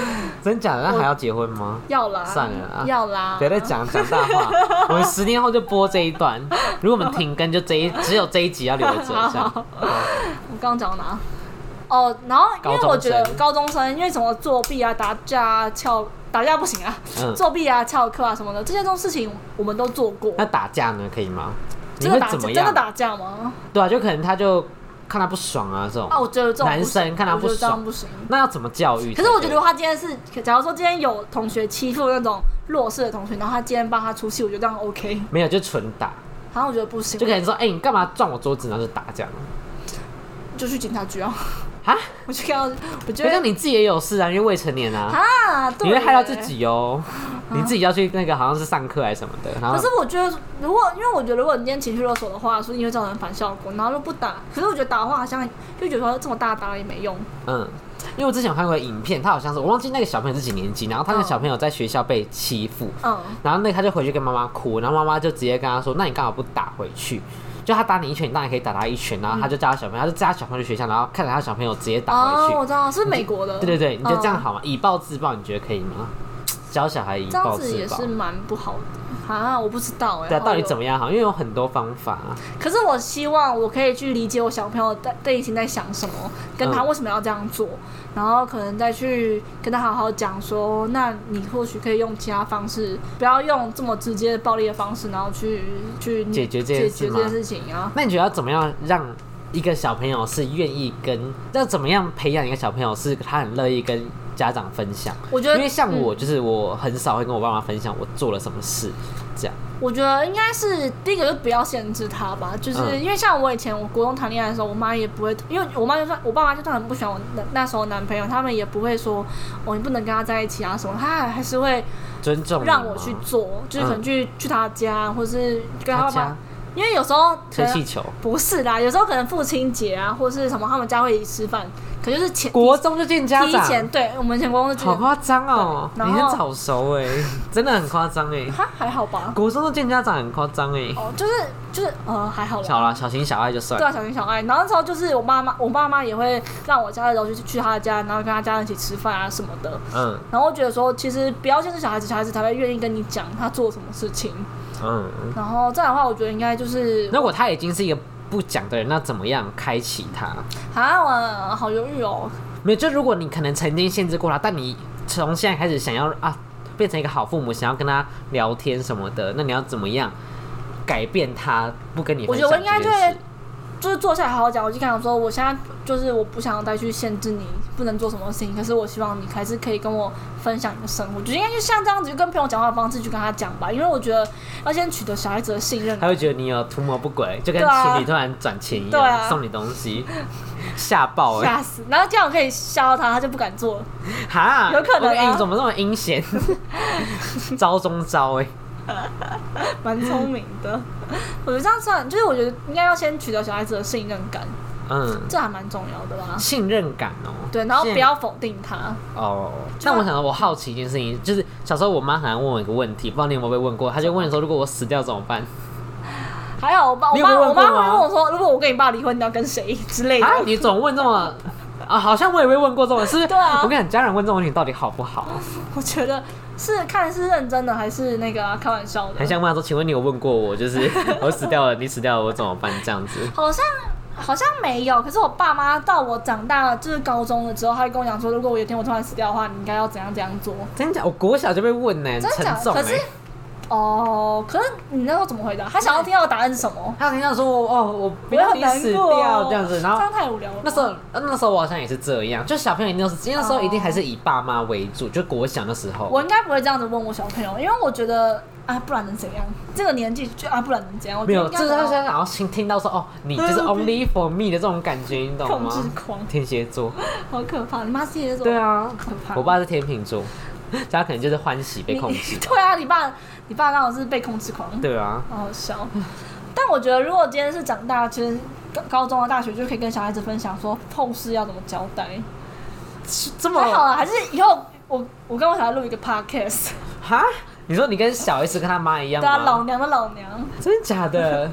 真假的？那还要结婚吗？ 要啦， 算了啊， 要啦， 别再讲大话。我们10年后就播这一段，如果我们停更，就只有这一集要留着。 我刚刚讲到哪？哦，然后因为我觉得高中生，因为什么作弊啊、打架不行啊，作弊啊、翘课啊什么的，这些事情我们都做过。 那打架呢，可以吗？ 真的打架吗？ 对啊，就可能他就看他不爽啊，这种。 我觉得这种男生看他不爽不行。 那要怎么教育？ 可是我觉得他今天是，假如说今天有同学欺负那种弱势的同学，然后他今天帮他出气，我觉得这样 OK。 没有，就纯打。 好像我觉得不行。 就可能说，你干嘛撞我桌子，然后就打这样。 就去警察局啊。 啊！ 我觉得你自己也有事啊，因为未成年啊，你会害到自己哦。你自己要去那个好像是上课还是什么的。 可是我觉得，因为我觉得如果你今天情绪勒索的话，说因为造成反效果，然后就不打。可是我觉得打的话，好像就觉得说这么大打了也没用。 因为我之前有看过影片，他好像是我忘记那个小朋友是几年级，然后他那个小朋友在学校被欺负，然后他就回去跟妈妈哭，然后妈妈就直接跟他说：“那你干嘛不打回去？”就他打你一拳，你当然可以打他一拳，然后他就叫他小朋友，他就叫他小朋友去学校，然后看着他小朋友直接打回去。 我知道是美国的。 对，你觉得这样好吗？以暴制暴，你觉得可以吗？教小孩以暴制暴， 这样子也是蛮不好的啊！我不知道对啊，到底怎么样好？因为有很多方法。 可是我希望我可以去理解我小朋友内心在想什么，跟他为什么要这样做，然后可能再去跟他好好讲说，那你或许可以用其他方式，不要用这么直接的暴力的方式，然后去解决这件事情啊。 那你觉得要怎么样让一个小朋友是愿意要怎么样培养一个小朋友是他很乐意跟家长分享？ 我觉得， 因为像我，就是我很少会跟我爸妈分享我做了什么事，这样。 我觉得应该是第一个，就不要限制他吧。就是因为像我以前我国中谈恋爱的时候，我妈也不会，因为我爸妈就算很不喜欢我那时候男朋友，他们也不会说你不能跟他在一起啊什么，他还是会尊重让我去做，就是可能去他家，或是跟他爸爸。因为有时候吹气球不是啦，有时候可能父亲节啊，或是什么他们家会一起吃饭，可就是国中就见家长， 提前对我们以前国中就好夸张哦，你很早熟哎，真的很夸张哎， 还好吧？ 国中就见家长很夸张哎， 就是还好啦， 好啦，小情小爱就算。 对啊，小情小爱。然后那时候就是我爸妈也会让我假日的时候去他家，然后跟他家人一起吃饭啊什么的。然后我觉得说，其实不要限制小孩子，小孩子才会愿意跟你讲他做什么事情。然后这样的话，我觉得应该就是， 如果他已经是一个不讲的人，那怎么样开启他？ 我好犹豫哦。 没有，就如果你可能曾经限制过他，但你从现在开始想要变成一个好父母，想要跟他聊天什么的，那你要怎么样改变他不跟你分享这件事？我觉得我应该就是坐下来好好讲，我就跟他说，我现在就是我不想要再去限制你不能做什么事情，可是我希望你还是可以跟我分享你的生活。我觉得应该就像这样子，就跟朋友讲话的方式去跟他讲吧，因为我觉得要先取得小孩子的信任。 他会觉得你有图谋不轨，就跟情侣突然转钱一样，送你东西，吓爆吓死！然后这样可以吓到他，他就不敢做了。有可能你怎么这么阴险？招中招蛮聪明的，我觉得这样算，就是我觉得应该要先取得小孩子的信任感，这还蛮重要的啦。 信任感对，然后不要否定他但我想到，我好奇一件事情，就是小时候我妈好像问我一个问题，不知道你有没有被问过？她就问说，如果我死掉怎么办？ 还好，我妈会问我说，如果我跟你爸离婚，你要跟谁之类的？ 你总问这么好像我也被问过这种事。 对啊， 我跟你讲，家人问这种问题到底好不好？ 我觉得。看是认真的还是那个开玩笑的？ 很想问他说：“请问你有问过我，就是我死掉了，你死掉了，我怎么办？”这样子。 好像没有，可是我爸妈到我长大了，就是高中了之后，他会跟我讲说，如果有一天我突然死掉的话，你应该要怎样做。 真假？我国小就被问呢，沉重。 可是可是你那时候怎么回答？他想要听到的答案是什么？ 他听到说我不要你死掉这样子，然后这样太无聊了。 那时候我好像也是这样，就小朋友一定是，因为那时候一定还是以爸妈为主，就国小那时候。 我应该不会这样子问我小朋友，因为我觉得不然能怎样？这个年纪就不然能怎样？ 没有，就是他现在好像听到说你就是 only for me 的这种感觉，你懂吗？ 控制狂， 天蝎座， 好可怕！你妈是天蝎座？ 对啊， 可怕。 我爸是天秤座。他可能就是欢喜被控制。 对啊，你爸刚好是被控制狂。 对啊， 好好笑。但我觉得，如果今天是长大，其实高中啊、大学就可以跟小孩子分享说后事要怎么交代。 这么还好啦，还是以后我跟我小孩录一个 podcast。 哈？你说你跟小 S 跟他妈一样吗？ 对啊，老娘的老娘。 真的假的？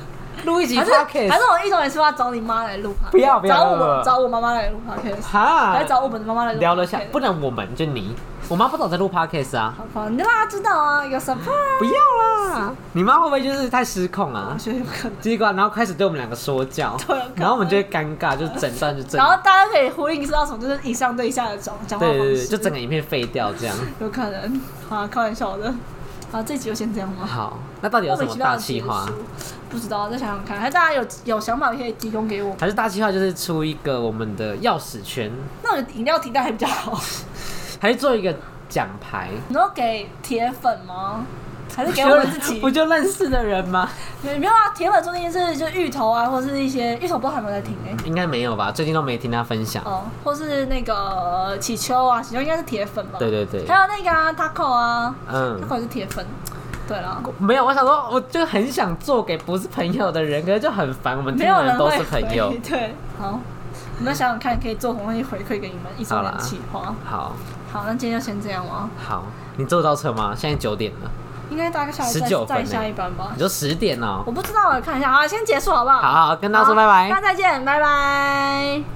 录一集 podcast， 还是我一种人说要找你妈来录 podcast， 不要找我妈妈来录 podcast， 还是找我们的妈妈来录 podcast， 聊得下，不能我们就你。我妈不懂在录 podcast 啊， 好，你就让她知道啊，有 surprise。 不要啦，你妈会不会就是太失控啊？ 我觉得有可能。 结果然后开始对我们两个说教， 对， 然后我们就会尴尬，就整段就整。 然后大家可以呼应是到什么，就是以上对下的讲话方式， 对，就整个影片废掉这样。 有可能，好，开玩笑的。好，这集就先这样吗？ 好，那到底有什么大企划？ 不知道，再想想看。还是大家有想法可以提供给我。 还是大企划就是出一个我们的钥匙圈？ 那个饮料提袋还比较好。 还是做一个奖牌？ 你说给铁粉吗？还是给我们自己？ 不就认识的人吗？ 没有啊，铁粉说不定是就芋头啊，或是一些芋头，不知道还有没有在听应该没有吧？最近都没听他分享。 哦，或是那个祈秋啊，祈秋应该是铁粉吧？ 对对对。 还有那个啊 Taco 啊，Taco 也是铁粉。对了， 没有，我想说，我就很想做给不是朋友的人，可是就很烦，我们听的人都是朋友。 对，好，我们想想看，可以做什么东西回馈给你们一周年企划。 好， 那今天就先这样吗？ 好，你坐得到车吗？现在9点了。 应该大概下再下一班吧。 你说10点哦？ 我不知道，我看一下。好，先结束好不好？ 好，跟大家说拜拜。 大家再见，拜拜。